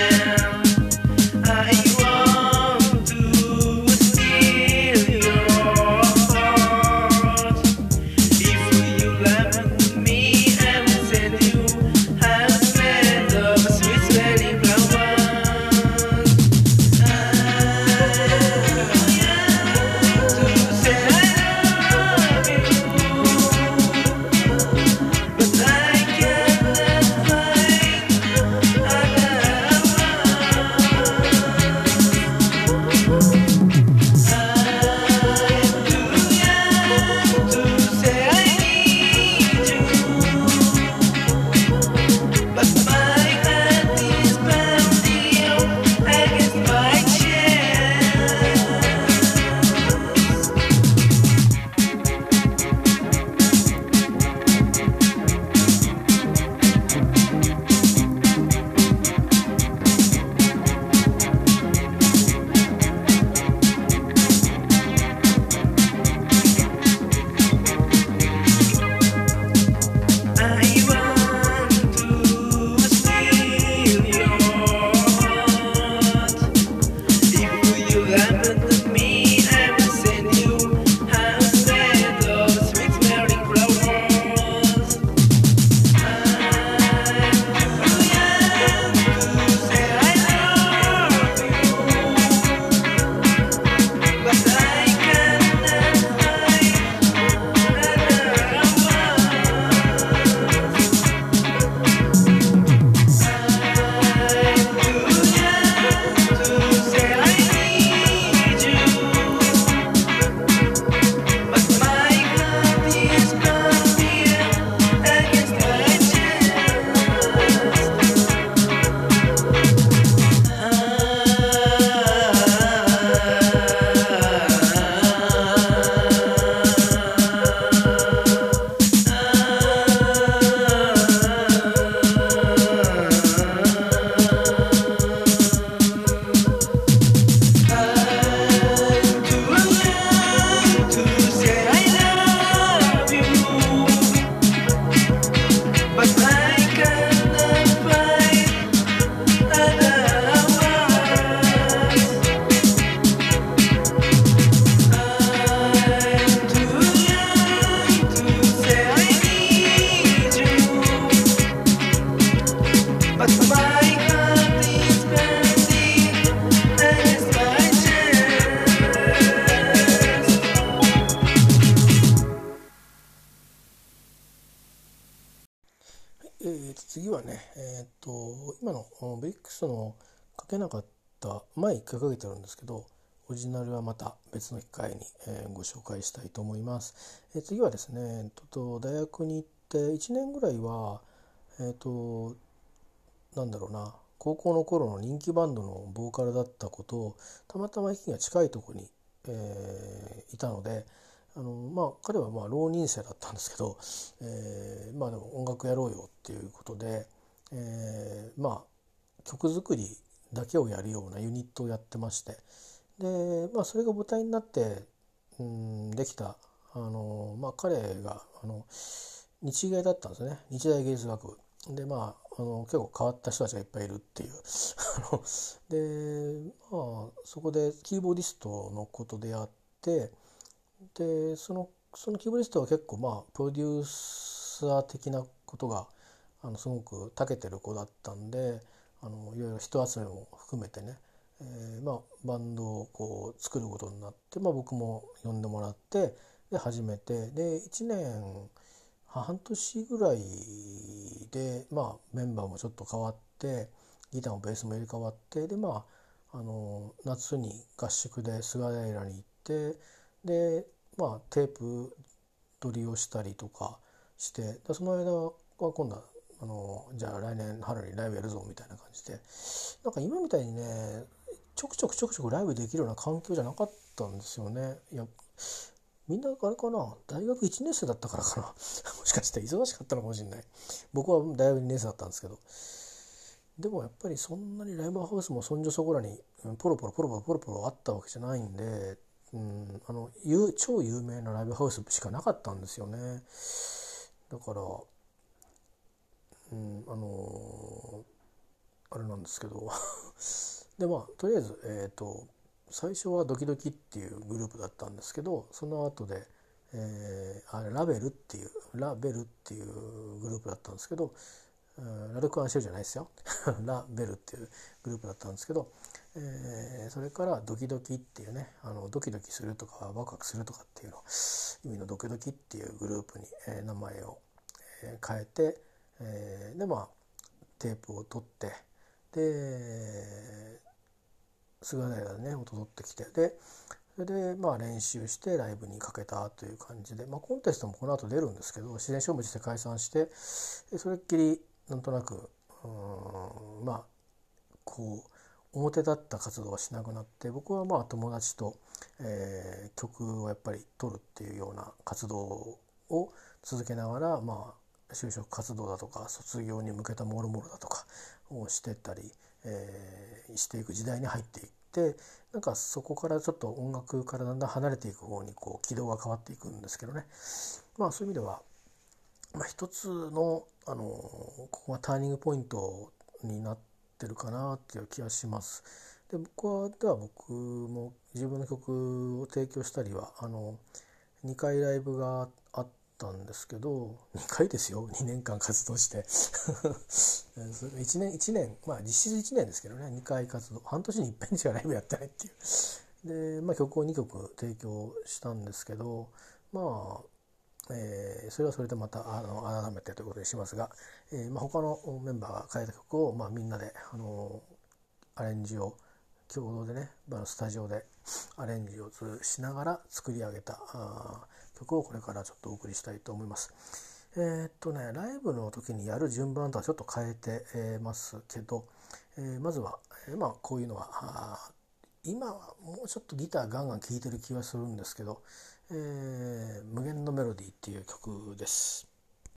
[SPEAKER 2] I want to steal your heart. If you love me, I will send you a smell of sweet smelling flowers. I want to say I love you, but I
[SPEAKER 1] えー、と次はね、えー、と今のブリックスのかけなかった前一回かけてるんですけど、オリジナルはまた別の機会に、えー、ご紹介したいと思います。えー、次はですね、えー、と大学に行っていちねんぐらいは、えー、となんだろうな高校の頃の人気バンドのボーカルだったことをたまたま駅が近いところに、えー、いたので、あのまあ彼はまあ浪人生だったんですけど、えー、まあでも音楽やろうよっていうことで、えー、まあ曲作りだけをやるようなユニットをやってまして、でまあそれが母体になって、うん、できたあのまあ彼があの日芸だったんですね、日大芸術学部で、まああの結構変わった人たちがいっぱいいるっていうでまあそこでキーボーディストのことでやって、でそのそのキーボーディストは結構まあプロデューサー的なことがあのすごく長けてる子だったんで、あのいろいろ人集めも含めてね、えー、まあバンドをこう作ることになって、まあ、僕も呼んでもらってで始めて、でいちねん半年ぐらいで、まあ、メンバーもちょっと変わってギターもベースも入れ替わって、でまああの夏に合宿で菅平に行って、でまあテープ取りをしたりとかして、その間は今度はあのじゃあ来年春にライブやるぞみたいな感じで、なんか今みたいにねちょくちょくちょくちょくライブできるような環境じゃなかったんですよね。いやみんなあれかな、大学いちねん生だったからかなもしかして忙しかったのかもしれない。僕は大学にねん生だったんですけど、でもやっぱりそんなにライブハウスもそんじょそこらにポロポロポロポロポロポロあったわけじゃないんで、うん、あの超有名なライブハウスしかなかったんですよね。だから、うん、あのー、あれなんですけどでまあとりあえず、えーと、最初はドキドキっていうグループだったんですけど、その後で、えー、あれラベルっていうラベルっていうグループだったんですけど、ラルク・アンシェルじゃないですよラベルっていうグループだったんですけど、えー、それからドキドキっていうね、あのドキドキするとかワクワクするとかっていうの意味のドキドキっていうグループに、えー、名前を、えー、変えて、えー、でまあテープを取って、で菅平でね音取ってきて、でそれでまあ練習してライブにかけたという感じで、まあ、コンテストもこの後出るんですけど自然消滅して解散して、それっきりなんとなくうんまあこう表立った活動はしなくなって、僕はまあ友達と、えー、曲をやっぱり撮るっていうような活動を続けながら、まあ就職活動だとか卒業に向けたもろもろだとかをしてったり、えー、していく時代に入っていって、なんかそこからちょっと音楽からだんだん離れていく方にこう軌道が変わっていくんですけどね。まあそういう意味では、まあ、一つのあのここがターニングポイントになってるかなっていう気がします。で僕はでは僕も自分の曲を提供したりはあのにかいライブがあったんですけど、にかいですよ、にねんかん活動していちねんいちねんまあ実質いちねんですけどね、にかい活動、半年にいっぺんしかライブやってないっていうで、まあ、曲をにきょく提供したんですけど、まあえー、それはそれでまたあの改めてということにしますが、えーまあ、他のメンバーが書いた曲を、まあ、みんなであのアレンジを共同でねスタジオでアレンジをしながら作り上げた曲をこれからちょっとお送りしたいと思います。えー、っとねライブの時にやる順番とはちょっと変えてますけど、えー、まずは、えー、まあこういうのは今はもうちょっとギターガンガン聴いてる気はするんですけど、えー、無限のメロディーっていう曲です。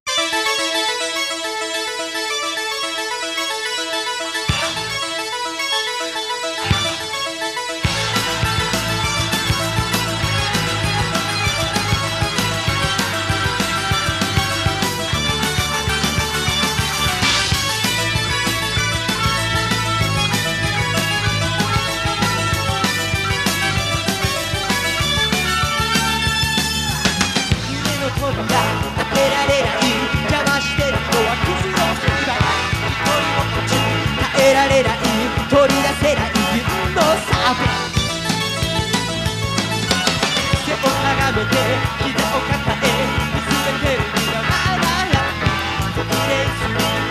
[SPEAKER 3] 取り出せない夢のサーフ背を眺めて膝を抱え見つめてるのがまだや飛び出す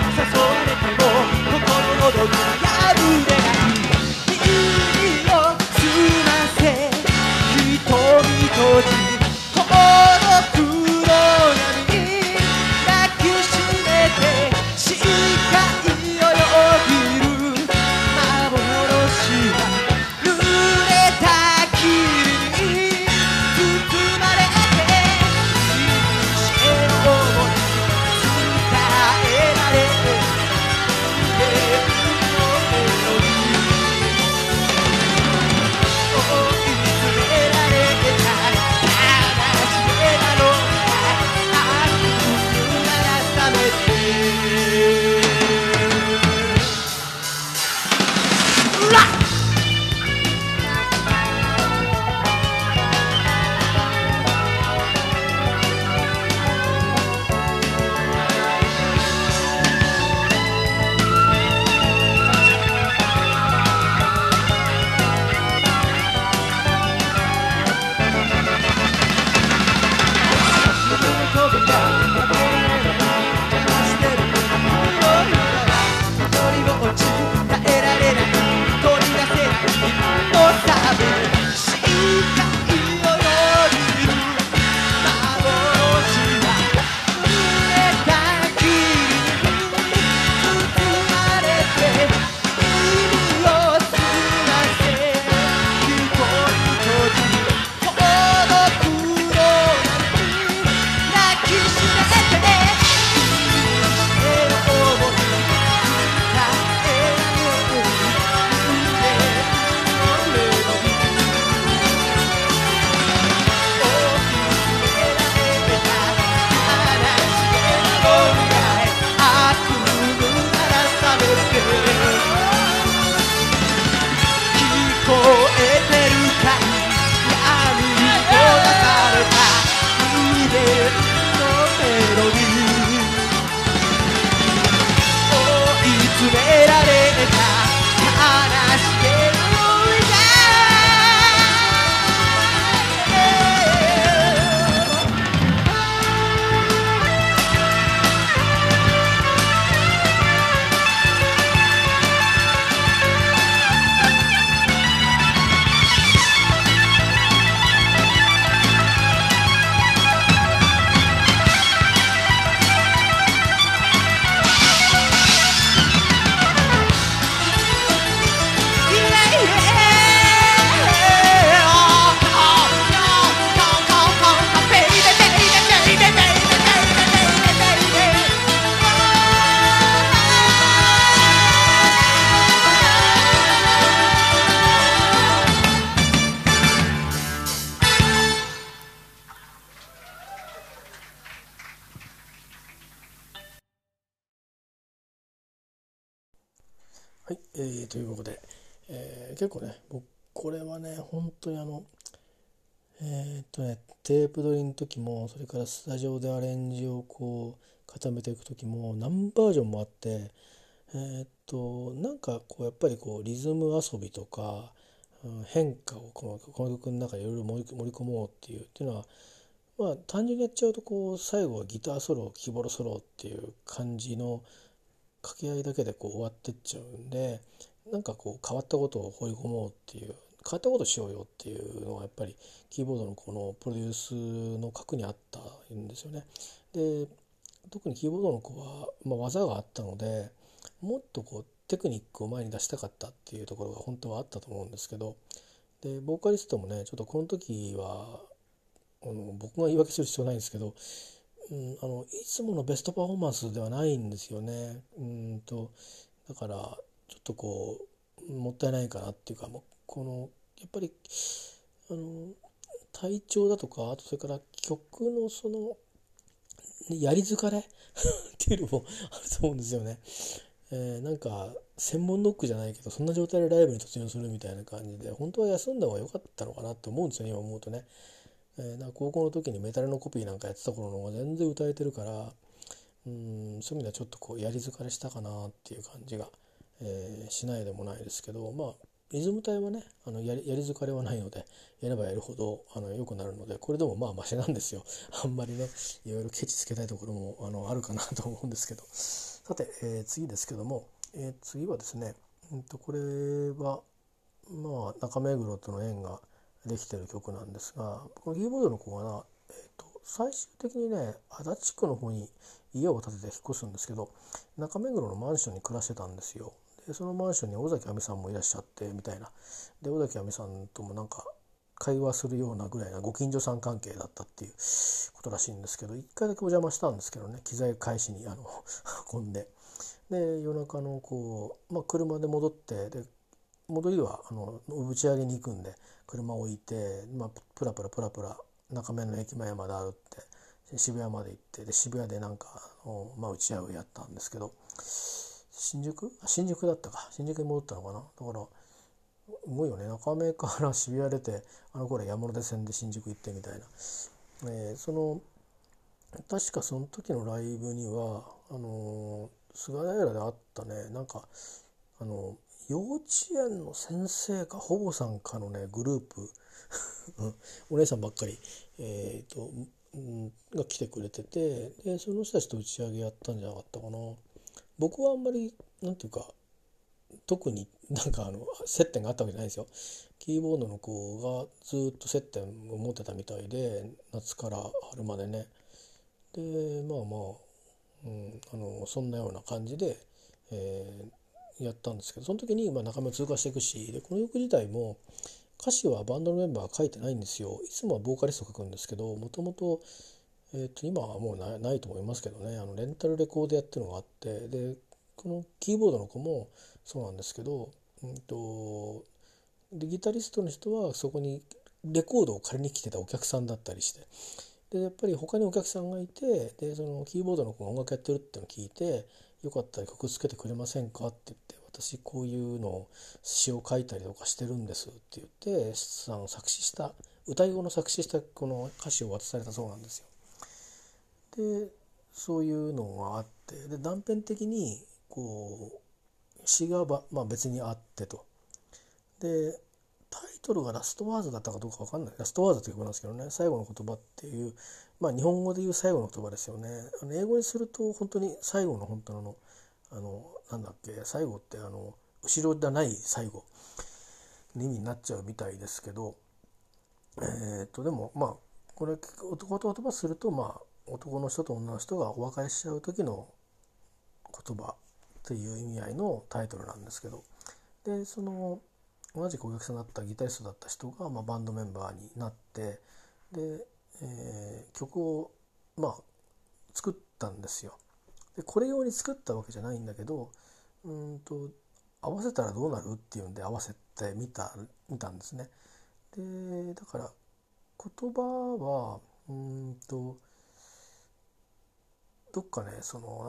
[SPEAKER 1] はい、えー、ということで、えー結構ね僕これはね本当にあのえーっとねテープ撮りの時もそれからスタジオでアレンジをこう固めていく時も何バージョンもあって、えーっとなんかこうやっぱりこうリズム遊びとか、うん、変化をこのこの曲の中にいろいろ盛り盛り込もうっていうっていうのはまあ単純にやっちゃうとこう最後はギターソロキーボードソロっていう感じの掛け合いだけでこう終わってっちゃうんでなんかこう変わったことを放り込もうっていう変わったことしようよっていうのがやっぱりキーボードのこのプロデュースの核にあったんですよね。で特にキーボードの子は、まあ、技があったのでもっとこうテクニックを前に出したかったっていうところが本当はあったと思うんですけどでボーカリストもねちょっとこの時はあの僕が言い訳する必要ないんですけど、うん、あのいつものベストパフォーマンスではないんですよね。うんとだからちょっとこうもったいないかなっていうかもうこのやっぱりあの体調だとかあとそれから曲のそのやり疲れっていうのもあると思うんですよね。えー、なんか専門ノックじゃないけどそんな状態でライブに突入するみたいな感じで本当は休んだ方が良かったのかなって思うんですよね今思うとね。えー、なんか高校の時にメタルのコピーなんかやってた頃の方が全然歌えてるからうんそういう意味ではちょっとこうやり疲れしたかなっていう感じが、えーしないでもないですけどまあリズム隊はねあのやり、やり疲れはないのでやればやるほどあの良くなるのでこれでもまあマシなんですよ。あんまりねいろいろケチつけたいところもあのあるかなと思うんですけどさて、えー次ですけども、えー次はですね、うんとこれはまあ中目黒との縁ができてる曲なんですがこのキーボードの子がな、えーと最終的にね足立区の方に家を建てて引っ越すんですけど中目黒のマンションに暮らしてたんですよ。でそのマンションに尾崎亜美さんもいらっしゃってみたいなで尾崎亜美さんともなんか会話するようなぐらいなご近所さん関係だったっていうことらしいんですけど一回だけお邪魔したんですけどね機材返しにあの運んでで夜中のこう、まあ、車で戻ってで戻りはあの打ち上げに行くんで車を置いて、まあ、プラプラプラプラ中目の駅前まで歩って渋谷まで行ってで渋谷でなんかあの、まあ、打ち上げやったんですけど新宿新宿だったか新宿に戻ったのかなだからすごいよね中目から渋谷出てあの頃山手線で新宿行ってみたいな、えー、その確かその時のライブにはあのー、菅平であったねなんかあの幼稚園の先生か保護さんかのねグループお姉さんばっかり、えーとうん、が来てくれててでその人たちと打ち上げやったんじゃなかったかな。僕はあんまりなんていうか特になんかあの接点があったわけじゃないですよ。キーボードの子がずっと接点を持ってたみたいで夏から春までねでまあまあ、うん、あのそんなような感じで、えーやったんですけどその時にまあ仲間を通過していくしでこの曲自体も歌詞はバンドのメンバーは書いてないんですよ。いつもはボーカリスト書くんですけどもともとえー、と今はもうな、ないと思いますけどねあのレンタルレコードやってるのがあってでこのキーボードの子もそうなんですけど、うんと、でギタリストの人はそこにレコードを借りに来てたお客さんだったりしてでやっぱり他にお客さんがいてでそのキーボードの子が音楽やってるってのを聞いてよかったら曲つけてくれませんかって言って私こういうのを詩を書いたりとかしてるんですって言ってあの作詞した歌い語の作詞したこの歌詞を渡されたそうなんですよ。でそういうのがあってで断片的にこう詩がば、まあ、別にあってとでタイトルがラストワーズだったかどうか分かんないラストワーズって曲なんですけどね最後の言葉っていうまあ日本語で言う最後の言葉ですよね。あの英語にすると本当に最後の本当のあのなんだっけ最後ってあの後ろじゃない最後の意味になっちゃうみたいですけどえっとでもまあこれ男と言葉するとまあ男の人と女の人がお別れしちゃう時の言葉っていう意味合いのタイトルなんですけどでその同じくお客さんだったギタリストだった人が、まあ、バンドメンバーになってで、えー、曲をまあ作ったんですよ。でこれ用に作ったわけじゃないんだけどうんと合わせたらどうなるっていうんで合わせてみた見たんですね。でだから言葉はうんとどっかねそのなんだろう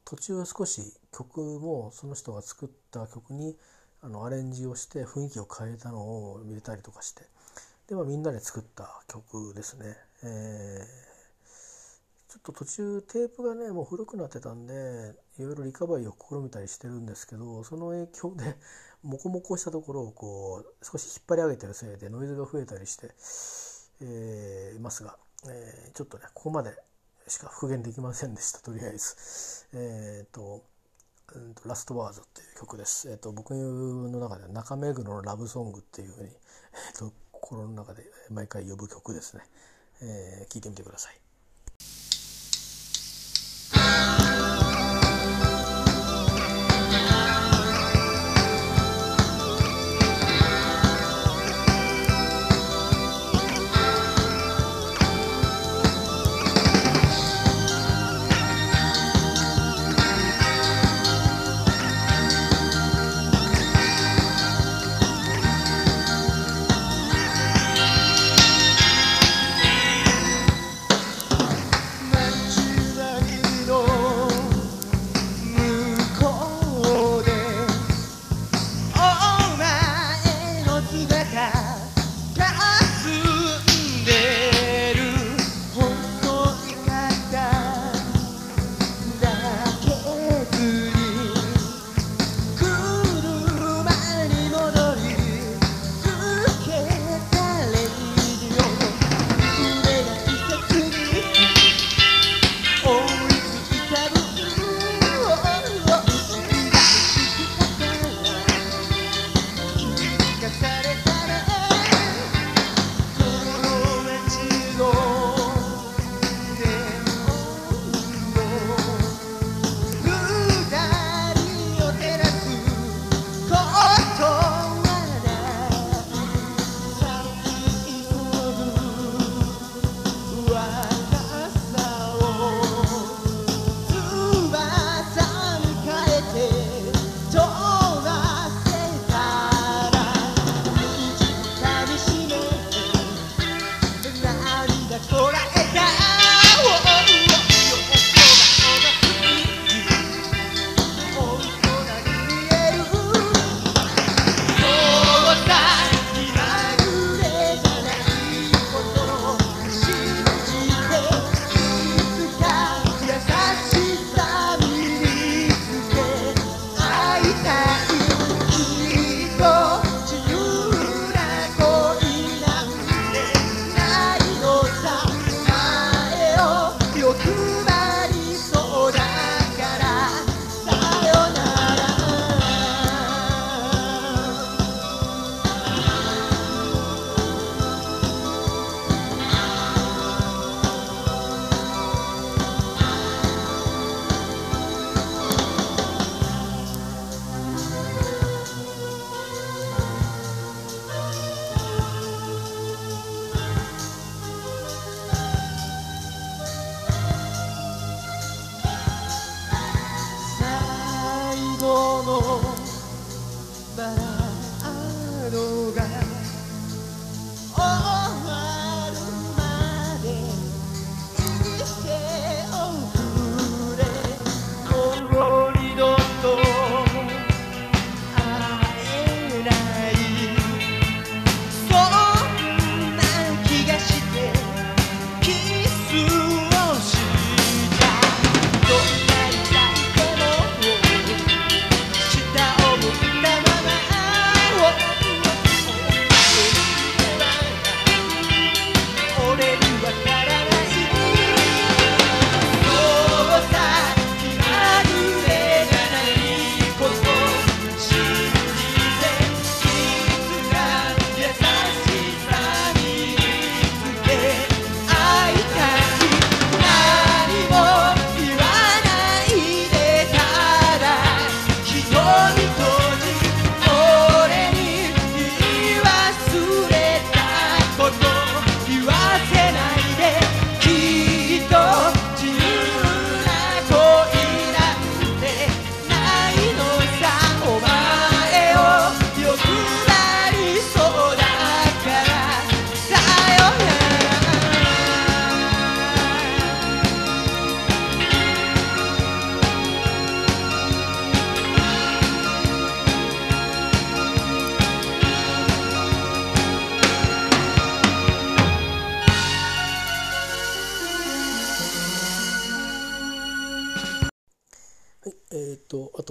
[SPEAKER 1] 途中少し曲もその人が作った曲にあのアレンジをして雰囲気を変えたのを見れたりとかして、で、まあ、みんなで作った曲ですね。えー、ちょっと途中テープがねもう古くなってたんでいろいろリカバリーを試みたりしてるんですけど、その影響でモコモコしたところをこう少し引っ張り上げてるせいでノイズが増えたりして、えー、いますが、えー、ちょっとねここまでしか復元できませんでした。とりあえずえっ、ー、とラストワーズっていう曲です。えー、と僕の中では中目黒のラブソングっていうふうに、えー、と心の中で毎回呼ぶ曲ですね。えー、聞いてみてください。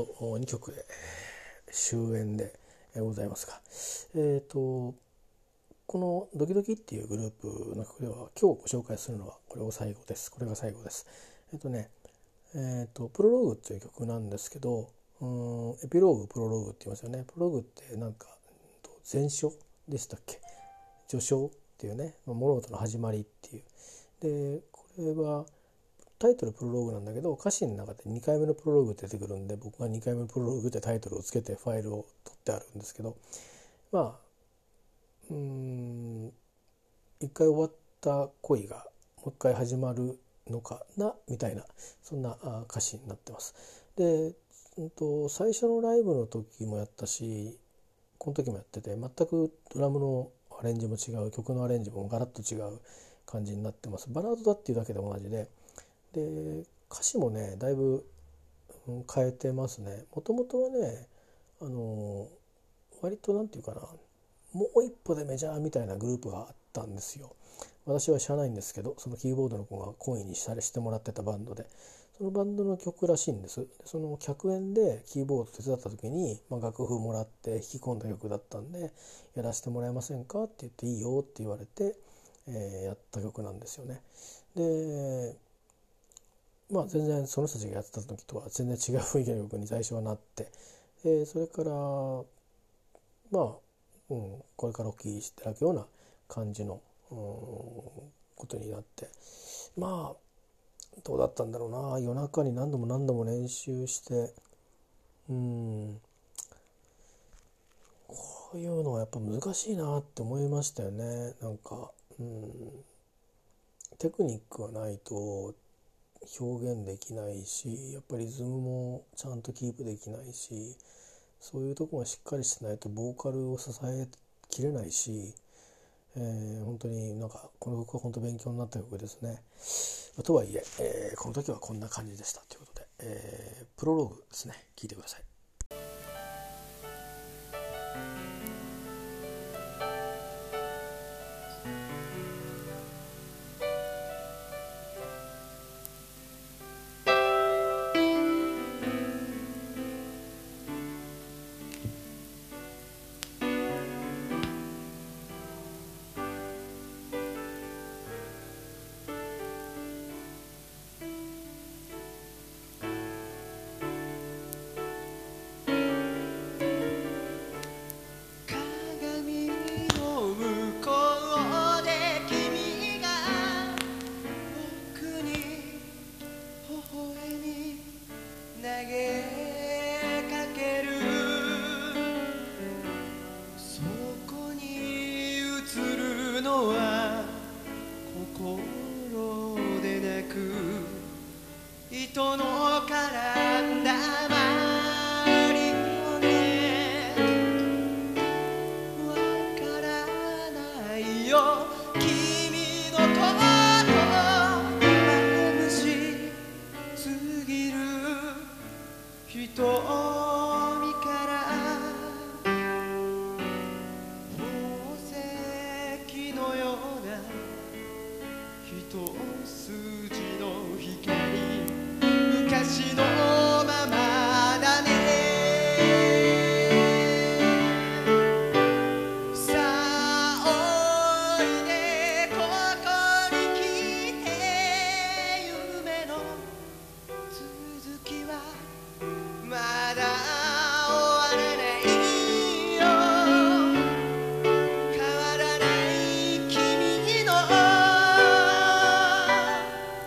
[SPEAKER 1] にきょくで終演でございますが、えーとこのドキドキっていうグループの曲では今日ご紹介するのはこれが最後です。これが最後です。えっ、とね、えっ、とプロローグっていう曲なんですけど、うーんエピローグプロローグって言いますよね。プロローグってなんか前書でしたっけ？序章っていうね、物事の始まりっていう。でこれはタイトルプロローグなんだけど、歌詞の中でにかいめのプロローグって出てくるんで、僕がにかいめのプロローグってタイトルをつけてファイルを取ってあるんですけど、まあうーん一回終わった恋がもう一回始まるのかなみたいな、そんな歌詞になってます。で、うんと、最初のライブの時もやったし、この時もやってて、全くドラムのアレンジも違う、曲のアレンジもガラッと違う感じになってます。バラードだっていうだけで同じで、で歌詞もねだいぶ、うん、変えてますね。もともとはね、あの割となんていうかな、もう一歩でメジャーみたいなグループがあったんですよ。私は知らないんですけど、そのキーボードの子が懇意にしたりしてもらってたバンドで、そのバンドの曲らしいんです。その客演でキーボード手伝った時に、まあ、楽譜もらって弾き込んだ曲だったんで、やらせてもらえませんかって言って、いいよって言われて、えー、やった曲なんですよね。でまあ全然その人たちがやってた時とは全然違う雰囲気の曲に最初はなって、えー、それからまあうん、これからお聴きしていただくような感じの、うん、ことになって、まあどうだったんだろうな。夜中に何度も何度も練習して、うんこういうのはやっぱ難しいなって思いましたよね。なんか、うん、テクニックがないと表現できないし、やっぱりリズムもちゃんとキープできないし、そういうとこがしっかりしてないとボーカルを支えきれないし、えー、本当になんかこの曲は本当勉強になった曲ですね。とはいええー、この時はこんな感じでしたということで、えー、プロローグですね。聴いてください。
[SPEAKER 3] 人の絡んだ周りもねわからないよ君のこと眩しすぎる瞳から宝石のような一筋の光昔のままだねさあおいでここに来て夢の続きはまだ終わらないよ変わらない君の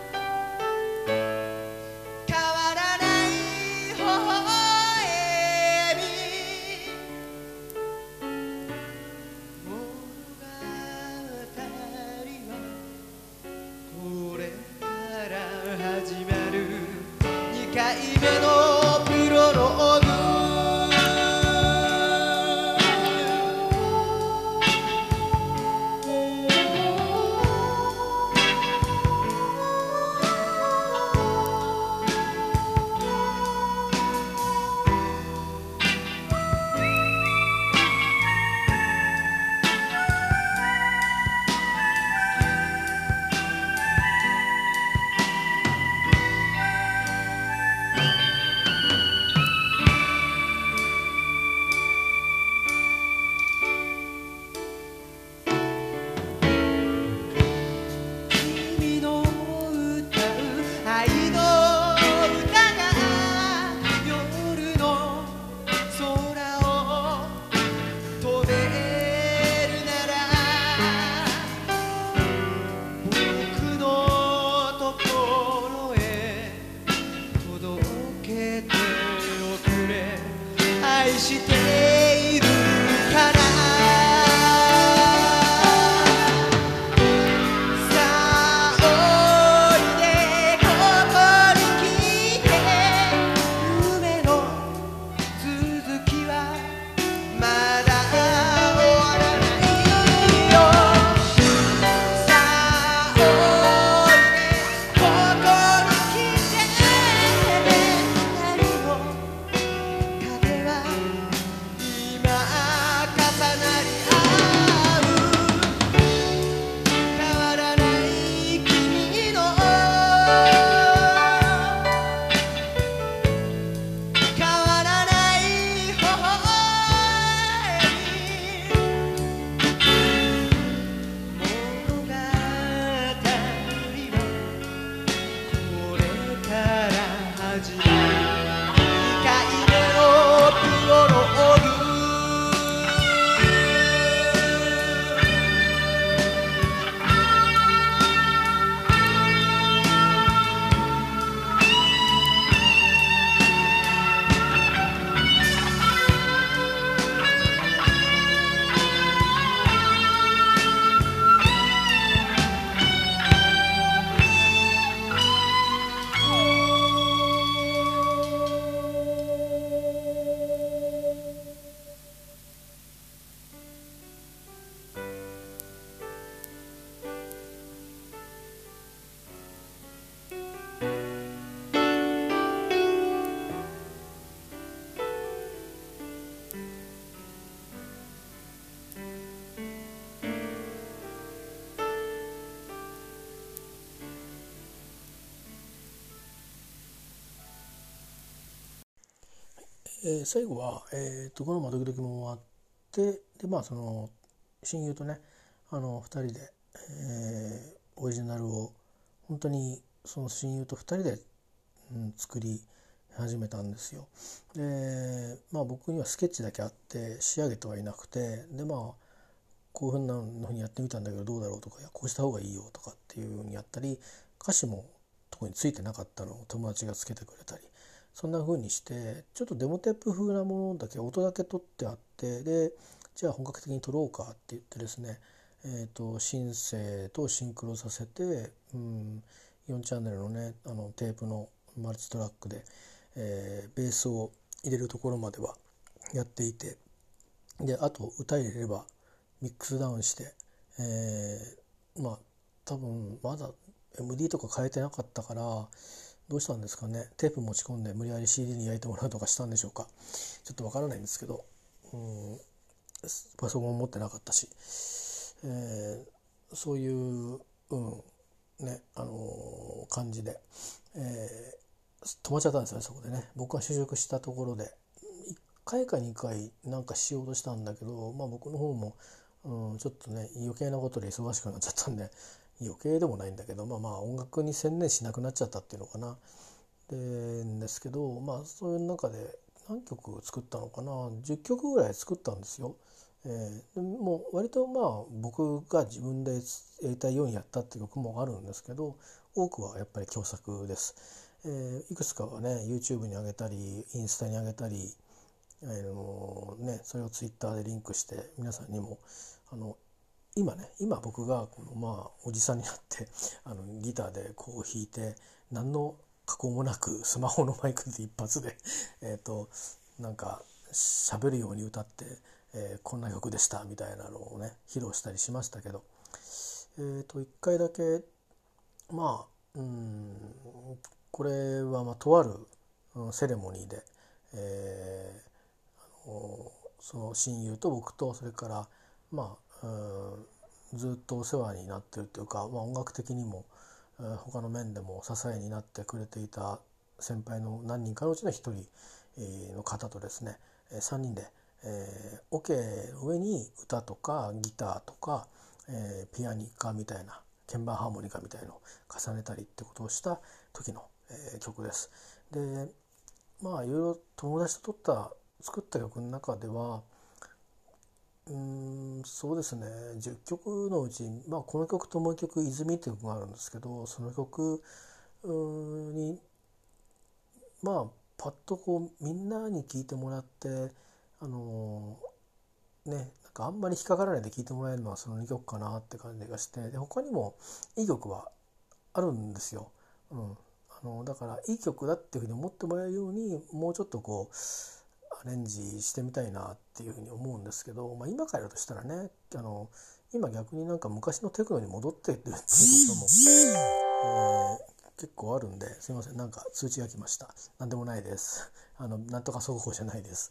[SPEAKER 3] しているからさあおいでここに来て夢の続きはまだ終わらないよさあおいでここに来て二人の風は今重なり合う変わらない君の変わらない微笑み物語はこれから始まるにかいめのプロローグ
[SPEAKER 1] えー最後は、えー、とこの窓ドキドキも終わってでまあその親友とねあのふたりで、えーオリジナルを本当にその親友とふたりで、うん、作り始めたんですよ。でまあ僕にはスケッチだけあって仕上げてはいなくてでまあこういうふうなのにやってみたんだけどどうだろうとかいやこうした方がいいよとかっていうふうにやったり歌詞も特についてなかったのを友達がつけてくれたりそんな風にしてちょっとデモテープ風なものだけ音だけ取ってあってでじゃあ本格的に撮ろうかって言ってですね、えー、とシンセとシンクロさせて、うん、よんチャンネルのねあのテープのマルチトラックで、えーベースを入れるところまではやっていてであと歌入れればミックスダウンして、えーまあ多分まだ エムディー とか変えてなかったからどうしたんですかねテープ持ち込んで無理やり シーディー に焼いてもらうとかしたんでしょうかちょっとわからないんですけど、うん、パソコン持ってなかったし、えーそういう、うんねあのー感じで、えー止まっちゃったんですよねそこでね僕が就職したところでいっかいかにかいなんかしようとしたんだけど、まあ、僕の方も、うん、ちょっとね余計なことで忙しくなっちゃったんで余計でもないんだけどまあまあ音楽に専念しなくなっちゃったっていうのかなでんですけどまあそういう中で何曲作ったのかなじゅっきょくぐらい作ったんですよ。えー、でもう割とまあ僕が自分でやりたいようにやったっていう曲もあるんですけど多くはやっぱり共作です。えー、いくつかはね YouTube に上げたりインスタに上げたり、あのーね、それを Twitter でリンクして皆さんにもあの今ね今僕がこのまあおじさんになってあのギターでこう弾いて何の加工もなくスマホのマイクで一発でえっとなんか喋るように歌って、えーこんな曲でしたみたいなのをね披露したりしましたけどえっと一回だけまあうんこれはまあとあるうんセレモニーで、えーあのその親友と僕とそれからまあうんずっとお世話になってるというか、まあ、音楽的にもえー他の面でも支えになってくれていた先輩の何人かのうちの一人えーの方とですねえーさんにんで、えーオケの上に歌とかギターとか、えーピアニカみたいな鍵盤ハーモニカみたいのを重ねたりってことをした時の、えー曲です。でまあいろいろ友達と撮った作った曲の中ではうーんそうですねじゅっきょくのうち、まあ、この曲ともう一曲「泉」っていう曲があるんですけどその曲うーにまあパッとこうみんなに聴いてもらってあのー、ねなんかあんまり引っかからないで聴いてもらえるのはそのにきょくかなって感じがして、で他にもいい曲はあるんですよ。うん、あのだからいい曲だっていうふうに思ってもらえるようにもうちょっとこうアレンジしてみたいなっていうふうに思うんですけど、まあ、今からだとしたらねあの今逆になんか昔のテクノに戻ってってるっていうところも、えー、結構あるんで、すいませんなんか通知が来ました。なんでもないです。あのなんとか速報じゃないです。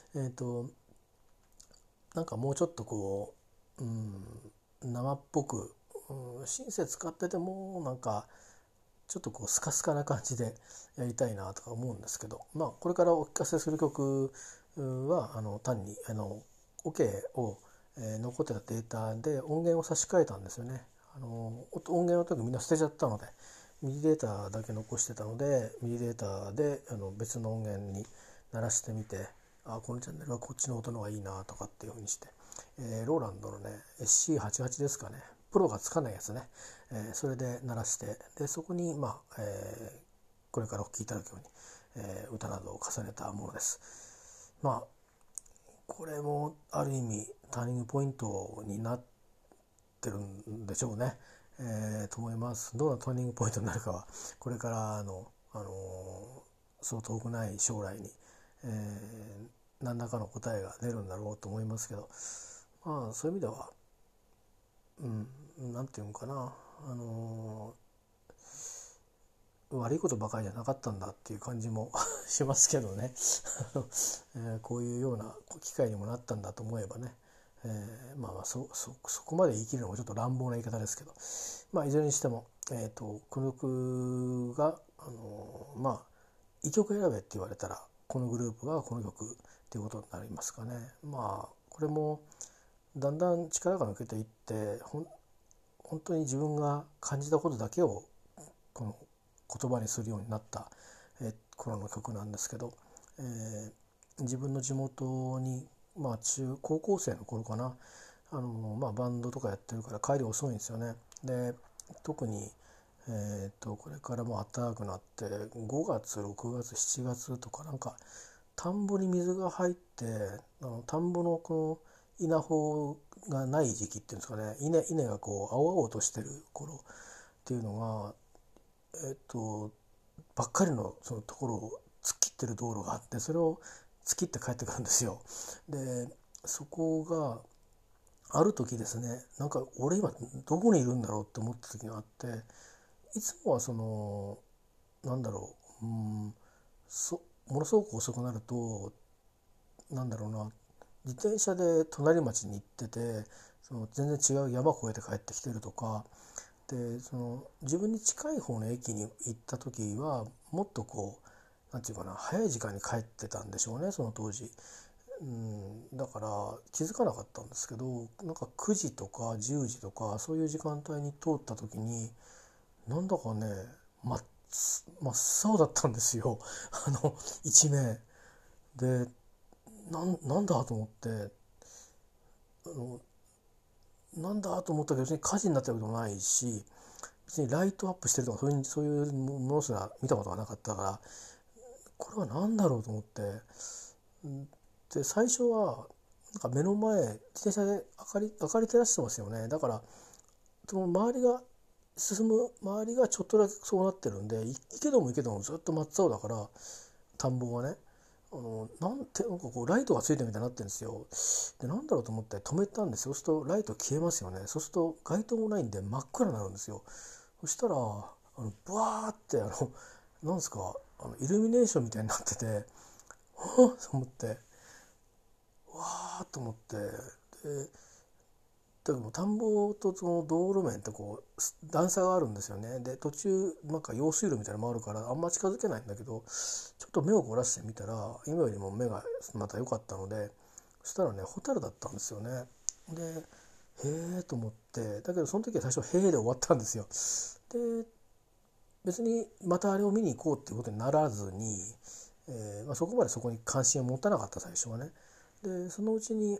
[SPEAKER 1] えっとなんかもうちょっとこう、うん、生っぽく、うん、シンセ使っててもなんかちょっとこうスカスカな感じでやりたいなとか思うんですけど、まあこれからお聞かせする曲はあの単にあのオケを、えー、残ってたデータで音源を差し替えたんですよね。あの音源の時みんな捨てちゃったのでミディデータだけ残してたので、ミディデータであの別の音源に鳴らしてみて、あこのチャンネルはこっちの音の方がいいなとかっていう風にして、えー、ローランドのね エスシーはちじゅうはち ですかね、プロがつかないやつね、えー、それで鳴らして、でそこにまあ、えー、これからお聴きいただくように、えー、歌などを重ねたものです。まあこれもある意味ターニングポイントになってるんでしょうね、えー、と思います。どんなターニングポイントになるかはこれからの、あのー、そう遠くない将来に、えー、何らかの答えが出るんだろうと思いますけど、まあそういう意味ではうんなんていうのかな、あのー、悪いことばかりじゃなかったんだっていう感じもしますけどね、えー、こういうような機会にもなったんだと思えばね、えー、まあまあ そ, そ, そこまで言い切るのもちょっと乱暴な言い方ですけど、まあいずれにしても、えー、とこの曲が、あのー、まあいっきょく選べって言われたらこのグループはこの曲っていうことになりますかね。まあこれもだんだん力が抜けていってほん本当に自分が感じたことだけをこの言葉にするようになった、えー、頃の曲なんですけど、えー、自分の地元に、まあ、中高校生の頃かな、あの、まあ、バンドとかやってるから帰り遅いんですよね。で特に、えー、とこれからもう暖かくなってごがつろくがつしちがつとかなんか田んぼに水が入ってあの田んぼのこの稲穂がない時期っていうんですかね、稲稲がこう青々としてる頃っていうのがえっとばっかりのそのところを突っ切ってる道路があって、それを突っ切って帰ってくるんですよ。でそこがある時ですね、なんか俺今どこにいるんだろうって思った時があって、いつもはそのなんだろう、うん、そものすごく遅くなるとなんだろうな、自転車で隣町に行っててその全然違う山越えて帰ってきてるとかで、その自分に近い方の駅に行った時はもっとこうなんていうかな、早い時間に帰ってたんでしょうね、その当時。うん、だから気づかなかったんですけど、なんかくじとかじゅうじとかそういう時間帯に通った時になんだかね真っ真っ青だったんですよあの一面で、なんなんだと思って、あのなんだと思ったけど別に火事になってることもないし、別にライトアップしてるとかそういう、そういうものすら見たことがなかったから、これは何だろうと思って、で最初はなんか目の前自転車で明かり明かり照らしてますよね。だからその周りが進む周りがちょっとだけそうなってるんで、行けども行けどもずっと真っ青だから田んぼがね、あのなんてなんかこうライトがついてるみたいになってるんですよ。でなんだろうと思って止めたんですよ。そうするとライト消えますよね。そうすると街灯もないんで真っ暗になるんですよ。そしたらあのブワーってあのなんですか、あのイルミネーションみたいになってて、はぁと思って、わーと思って、でだけど田んぼとその道路面ってこう段差があるんですよね。で途中なんか用水路みたいなのもあるからあんま近づけないんだけど、ちょっと目を凝らしてみたら今よりも目がまた良かったので、そしたらねホタルだったんですよね。でへえと思って、だけどその時は最初へえで終わったんですよ。で別にまたあれを見に行こうっていうことにならずに、えーまあ、そこまでそこに関心を持たなかった最初はね。でそのうちに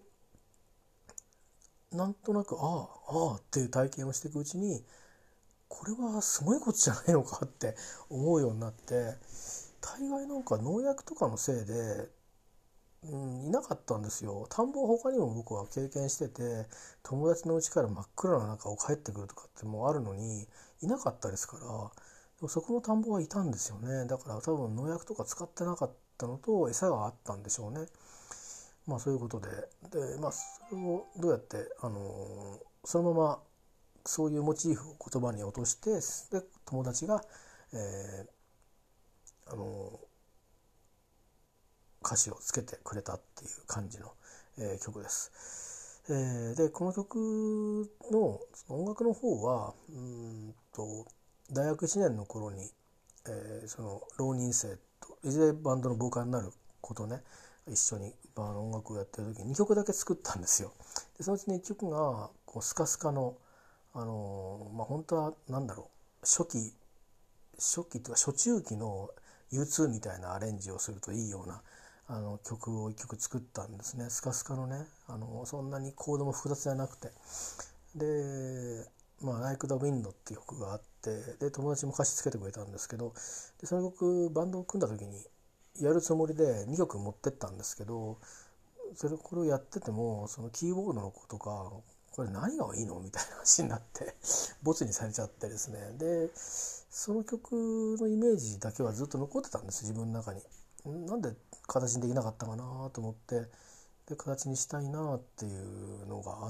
[SPEAKER 1] なんとなくああああっていう体験をしていくうちに、これはすごいことじゃないのかって思うようになって、大概なんか農薬とかのせいでうん、いなかったんですよ。田んぼは他にも僕は経験してて、友達の家から真っ暗な中を帰ってくるとかってもうあるのにいなかったですから、でもそこの田んぼはいたんですよね。だから多分農薬とか使ってなかったのと餌があったんでしょうね。まあそういうことで、でまあそれをどうやってあのそのままそういうモチーフを言葉に落として、で友達が、えー、あの歌詞をつけてくれたっていう感じの、えー、曲です。えー、でこの曲の音楽の方はうんと大学いちねんの頃に、えー、その浪人生といずれバンドのボーカルになることね一緒にバーの音楽をやってる時ににきょくだけ作ったんですよ。でそのうちのいっきょくがこうスカスカのあのー、まあ本当はなんだろう初期初期というか初中期の ユーツー みたいなアレンジをするといいようなあの曲をいっきょく作ったんですね。スカスカのねあのそんなにコードも複雑じゃなくて、でまあ「Like the Wind」っていう曲があって、で友達も歌詞つけてくれたんですけど、でその曲バンドを組んだ時にやるつもりでにきょく持ってったんですけど、それこれをやっててもそのキーボードの子とかこれ何がいいのみたいな話になってボツにされちゃってですね、でその曲のイメージだけはずっと残ってたんです自分の中に。なんで形にできなかったかなと思って、で形にしたいなっていうのがあって、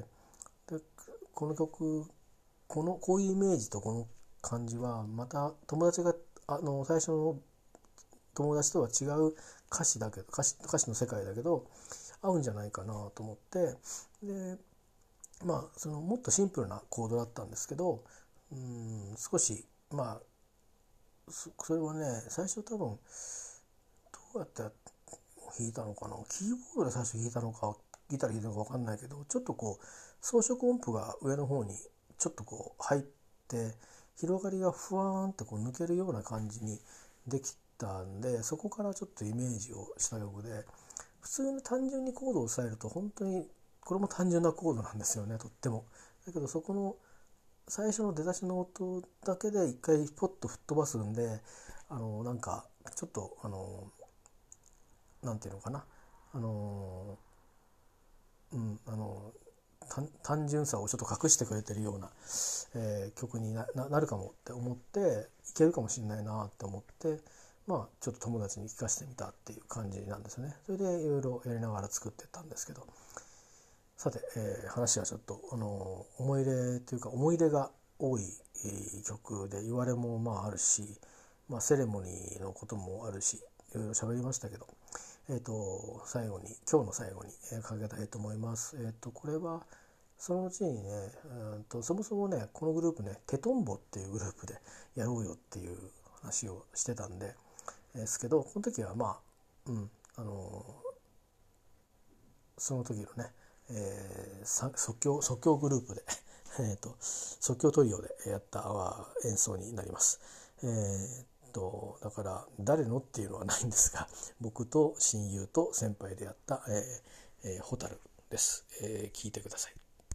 [SPEAKER 1] でこの曲このこういうイメージとこの感じはまた友達があの最初の友達とは違う歌詞だけど歌詞、歌詞の世界だけど合うんじゃないかなと思って、でまあそのもっとシンプルなコードだったんですけど、うん少しまあ そ, それはね最初多分どうやって弾いたのかな、キーボードで最初弾いたのかギターで弾いたのか分かんないけど、ちょっとこう装飾音符が上の方にちょっとこう入って広がりがふわーんってこう抜けるような感じにできたんで、そこからちょっとイメージをした曲で、普通に単純にコードを押さえると本当にこれも単純なコードなんですよねとっても。だけどそこの最初の出だしの音だけで一回ポッと吹っ飛ばすんで、あのなんかちょっとあのなんていうのかな、あのうんあの単純さをちょっと隠してくれてるような、えー、曲に な, なるかもって思っていけるかもしれないなって思って、まあちょっと友達に聴かせてみたっていう感じなんですよね。それでいろいろやりながら作ってったんですけど、さて、えー、話はちょっとあの思い入れというか思い出が多い曲で言われもまああるし、まあ、セレモニーのこともあるしいろいろ喋りましたけど、えー、と最後に今日の最後に、えー、かけたいと思います。えー、とこれはそのうちにね、うんとそもそもねこのグループねテトンボっていうグループでやろうよっていう話をしてたんで、えー、ですけどこの時はまあ、うんあのー、その時のね、えー、即興即興グループでえと即興トリオでやった演奏になります。えーとだから誰のっていうのはないんですが、僕と親友と先輩でやった、えーえー、ホタルです、えー、聞いてください。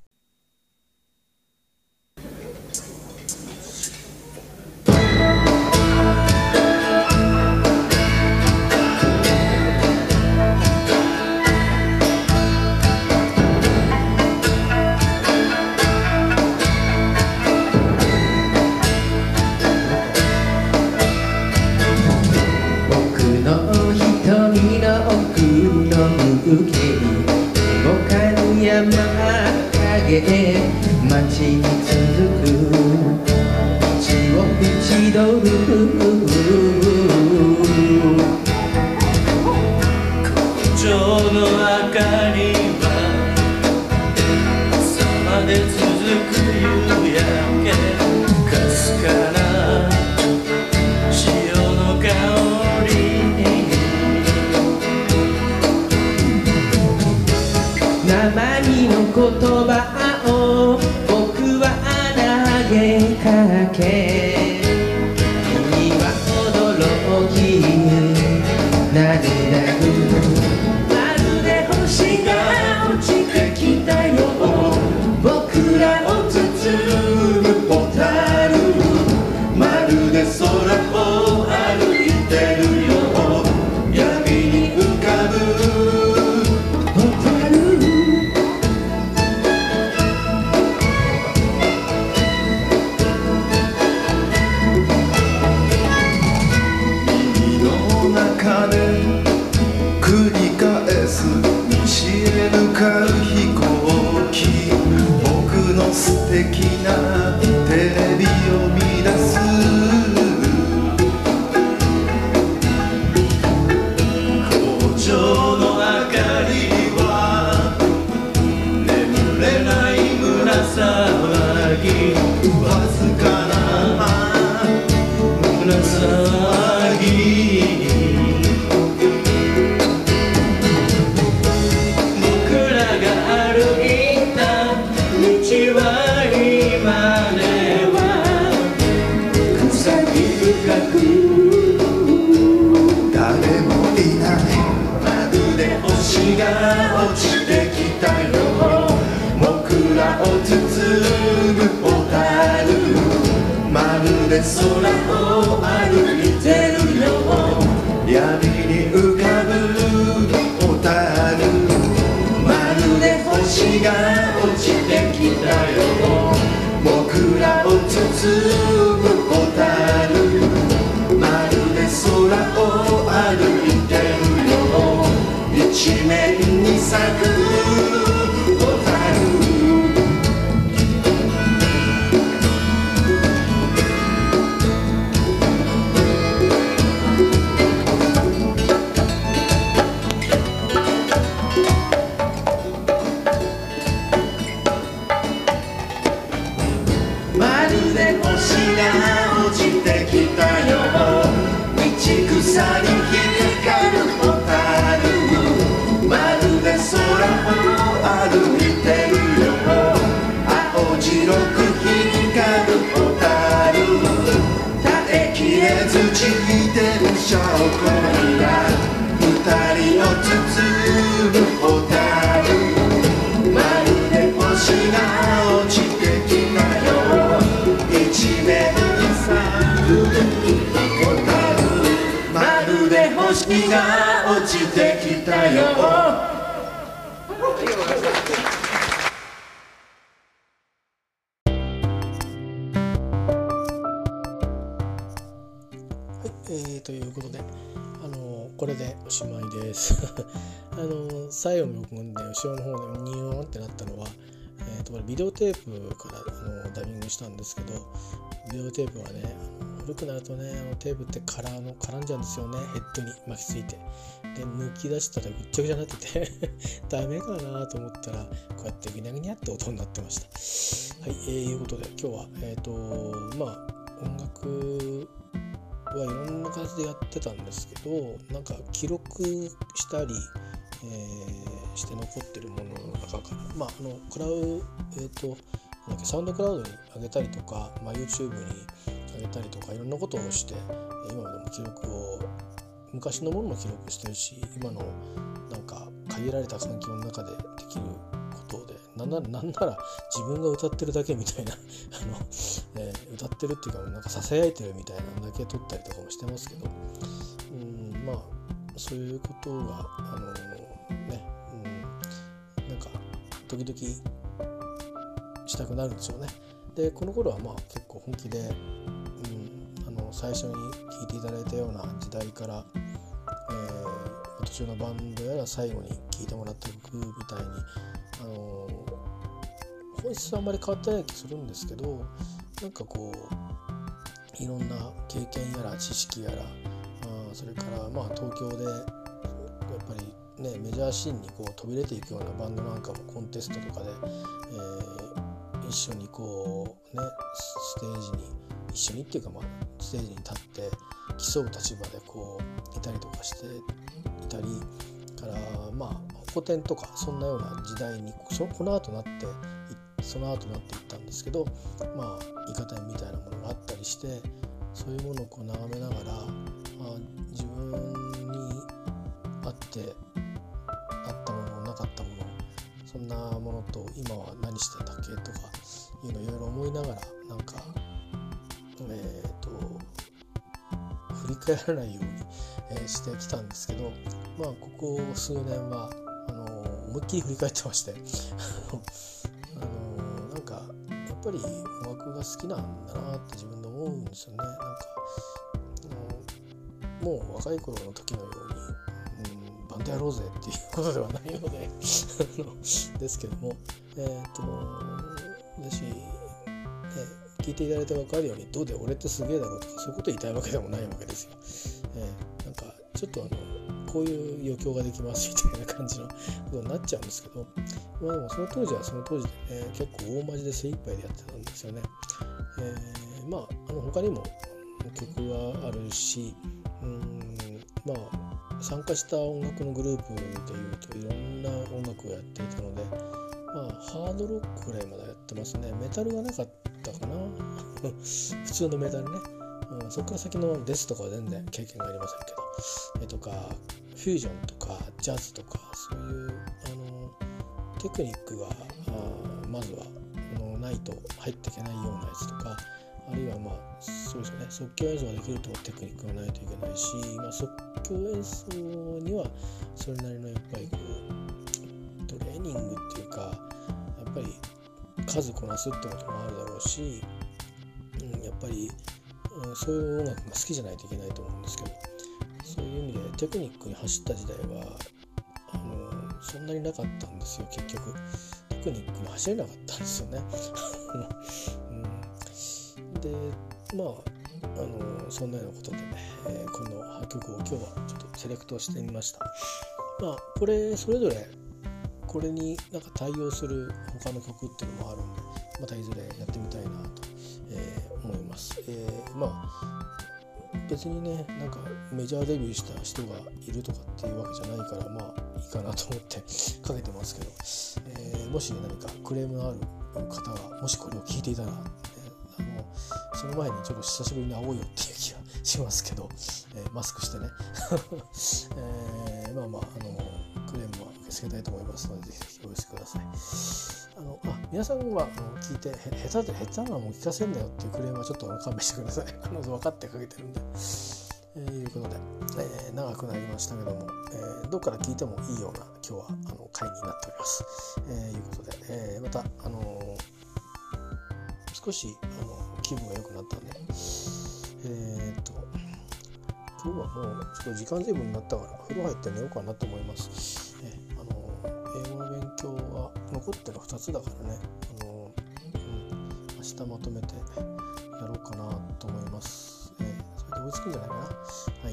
[SPEAKER 3] 街に続く道を打ち取る
[SPEAKER 2] 工場の明かりは朝まで続く夕焼け、かすかな潮の香り、
[SPEAKER 3] 鉛の言葉僕は投げかけ、君は驚き涙ぐまるで星が落ちてきたよ、僕らを包むホタル、まるで空を歩いてるよ、闇に浮かぶ
[SPEAKER 2] を歩いてるよ闇に浮かぶ小樽まるで星が落ちてきたよ僕らを包む小樽まるで空を歩いてるよ一面に咲く小樽まるで星が落ちてきたよ道草に光る小樽まるで空を歩いてるよ青白く光る小樽耐えきれず散ってる証拠にな二人を包む小樽まるで星が落ちてきたよ一面に咲く小樽まるで星が落ちてきたよ
[SPEAKER 1] えー、ということで、あのー、これでおしまいですあのー、最後の録音で後ろの方でニューンってなったのは、えー、とこれビデオテープから、あのー、ダビングしたんですけどビデオテープはね、あの古くなるとねあのテープってカラーの絡んじゃうんですよねヘッドに巻きついてで抜き出したらぐっちゃぐちゃになっててダメかなと思ったらこうやってギニャギニャって音になってましたはい、えー、いうことで今日はえっ、ー、とまあ音楽はいろんな感じでやってたんですけどなんか記録したり、えー、して残ってるものの中からまああのクラウえっ、ー、となんかサウンドクラウドに上げたりとか、まあ、YouTube に上げたりとかいろんなことをして今までも記録を昔のものも記録してるし今のなんか限られた環境の中でできることでなんならなんなら自分が歌ってるだけみたいなあの、えー、歌ってるっていうかなんかささやいてるみたいなのだけ撮ったりとかもしてますけどうんまあそういうことがあのー、ねうんなんか時々したくなるんですよね。でこの頃はまあ結構本気で、うん、あの最初に聴いていただいたような時代から、えー、途中のバンドやら最後に聴いてもらった曲みたいに、あのー、本質はあんまり変わってない気するんですけどなんかこういろんな経験やら知識やらあそれからまあ東京でやっぱりねメジャーシーンにこう飛び出ていくようなバンドなんかもコンテストとかで、えー一緒にこうねステージに一緒にっていうかまあステージに立って競う立場でこういたりとかしていたりからまあ古典とかそんなような時代にそこの後なってその後なっていったんですけどまあイカ天みたいなものがあったりしてそういうものをこう眺めながら、まあ、自分にあってあったものなかったものそんなものと今は何してたっけとかいうのをいろいろ思いながらなんかえっと振り返らないように、えー、してきたんですけどまあここ数年はあのー、思いっきり振り返ってましてあのー、なんかやっぱり音楽が好きなんだなって自分で思うんですよね。なんか、あのー、もう若い頃の時のようにバンドやろうぜっていうことではないのでですけどもえっ、ー、とだし、ね、聞いていただいて分かるようにどうで俺ってすげえだろうとかそういうこと言いたいわけでもないわけですよ、えー、なんかちょっとあのこういう余興ができますみたいな感じのことになっちゃうんですけどまあでもその当時はその当時で、ね、結構大マジで精一杯でやってたんですよね、えー、まああの他にも曲はあるしうーんまあ参加した音楽のグループでいうといろんな音楽をやっていたので、まあ、ハードロックぐらいまでやってますね。メタルがなかったかな普通のメタルね、うん、そこから先のデスとかは全然経験がありませんけどえとかフュージョンとかジャズとかそういうあのテクニックがあまずはあのないと入っていけないようなやつとかあるいはまあそうですよね、即興演奏ができるとテクニックがないといけないし、まあ、即興演奏にはそれなりのやっぱりこうトレーニングっていうか、やっぱり数こなすってこともあるだろうし、うん、やっぱり、うん、そういう音楽が好きじゃないといけないと思うんですけど、そういう意味でテクニックに走った時代はあのそんなになかったんですよ。結局テクニックに走れなかったんですよね、うん、でまああのそんなようなことで、えー、この曲を今日はちょっとセレクトしてみました。まあこれそれぞれこれになんか対応する他の曲っていうのもあるんで、またいずれやってみたいなと、えー、思います。えー、まあ別にねなんかメジャーデビューした人がいるとかっていうわけじゃないから、まあいいかなと思ってかけてますけど、えー、もし何かクレームのある方がもしこれを聞いていたら、ね、あのその前にちょっと久しぶりに会おうよっていう気がしますけど、えー、マスクしてね、えー、まあまああのクレームは受け付けたいと思いますので、ぜひぜひお寄せください。あのあ皆さんはあの聞いて下手で下手なのも聞かせんなよっていうクレームはちょっと勘弁してください。あの分かってかけてるんで、えー、いうことで、えー、長くなりましたけども、えー、どっから聞いてもいいような今日はあの回になっております。えー、いうことで、えー、またあのー、少しあの気分が良くなったんで、えー、っと今日はもうちょっと時間随分になったから風呂入って寝ようかなと思います。えー、あのー、英語の勉強は残ってるふたつだからね、あのーうん、明日まとめてやろうかなと思います。えー、それで追いつくんじゃないかな。はい、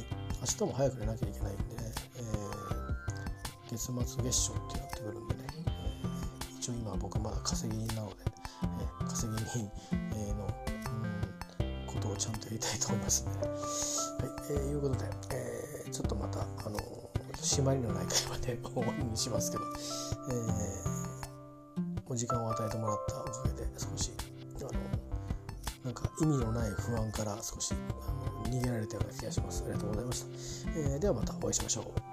[SPEAKER 1] 明日も早く寝なきゃいけないんでね、えー、月末月賞ってなってくるんでね、えー、一応今僕まだ稼ぎ人なので、えー、稼ぎ人、えー、の、うん、ことをちゃんとやりたいと思いますので、はい、えー、いうことで、えー、ちょっとまたあの締まりのない会話で終わりにしますけど、えー、お時間を与えてもらったおかげで少しあのなんか意味のない不安から少しあの逃げられたような気がします。ありがとうございました。えー、ではまたお会いしましょう。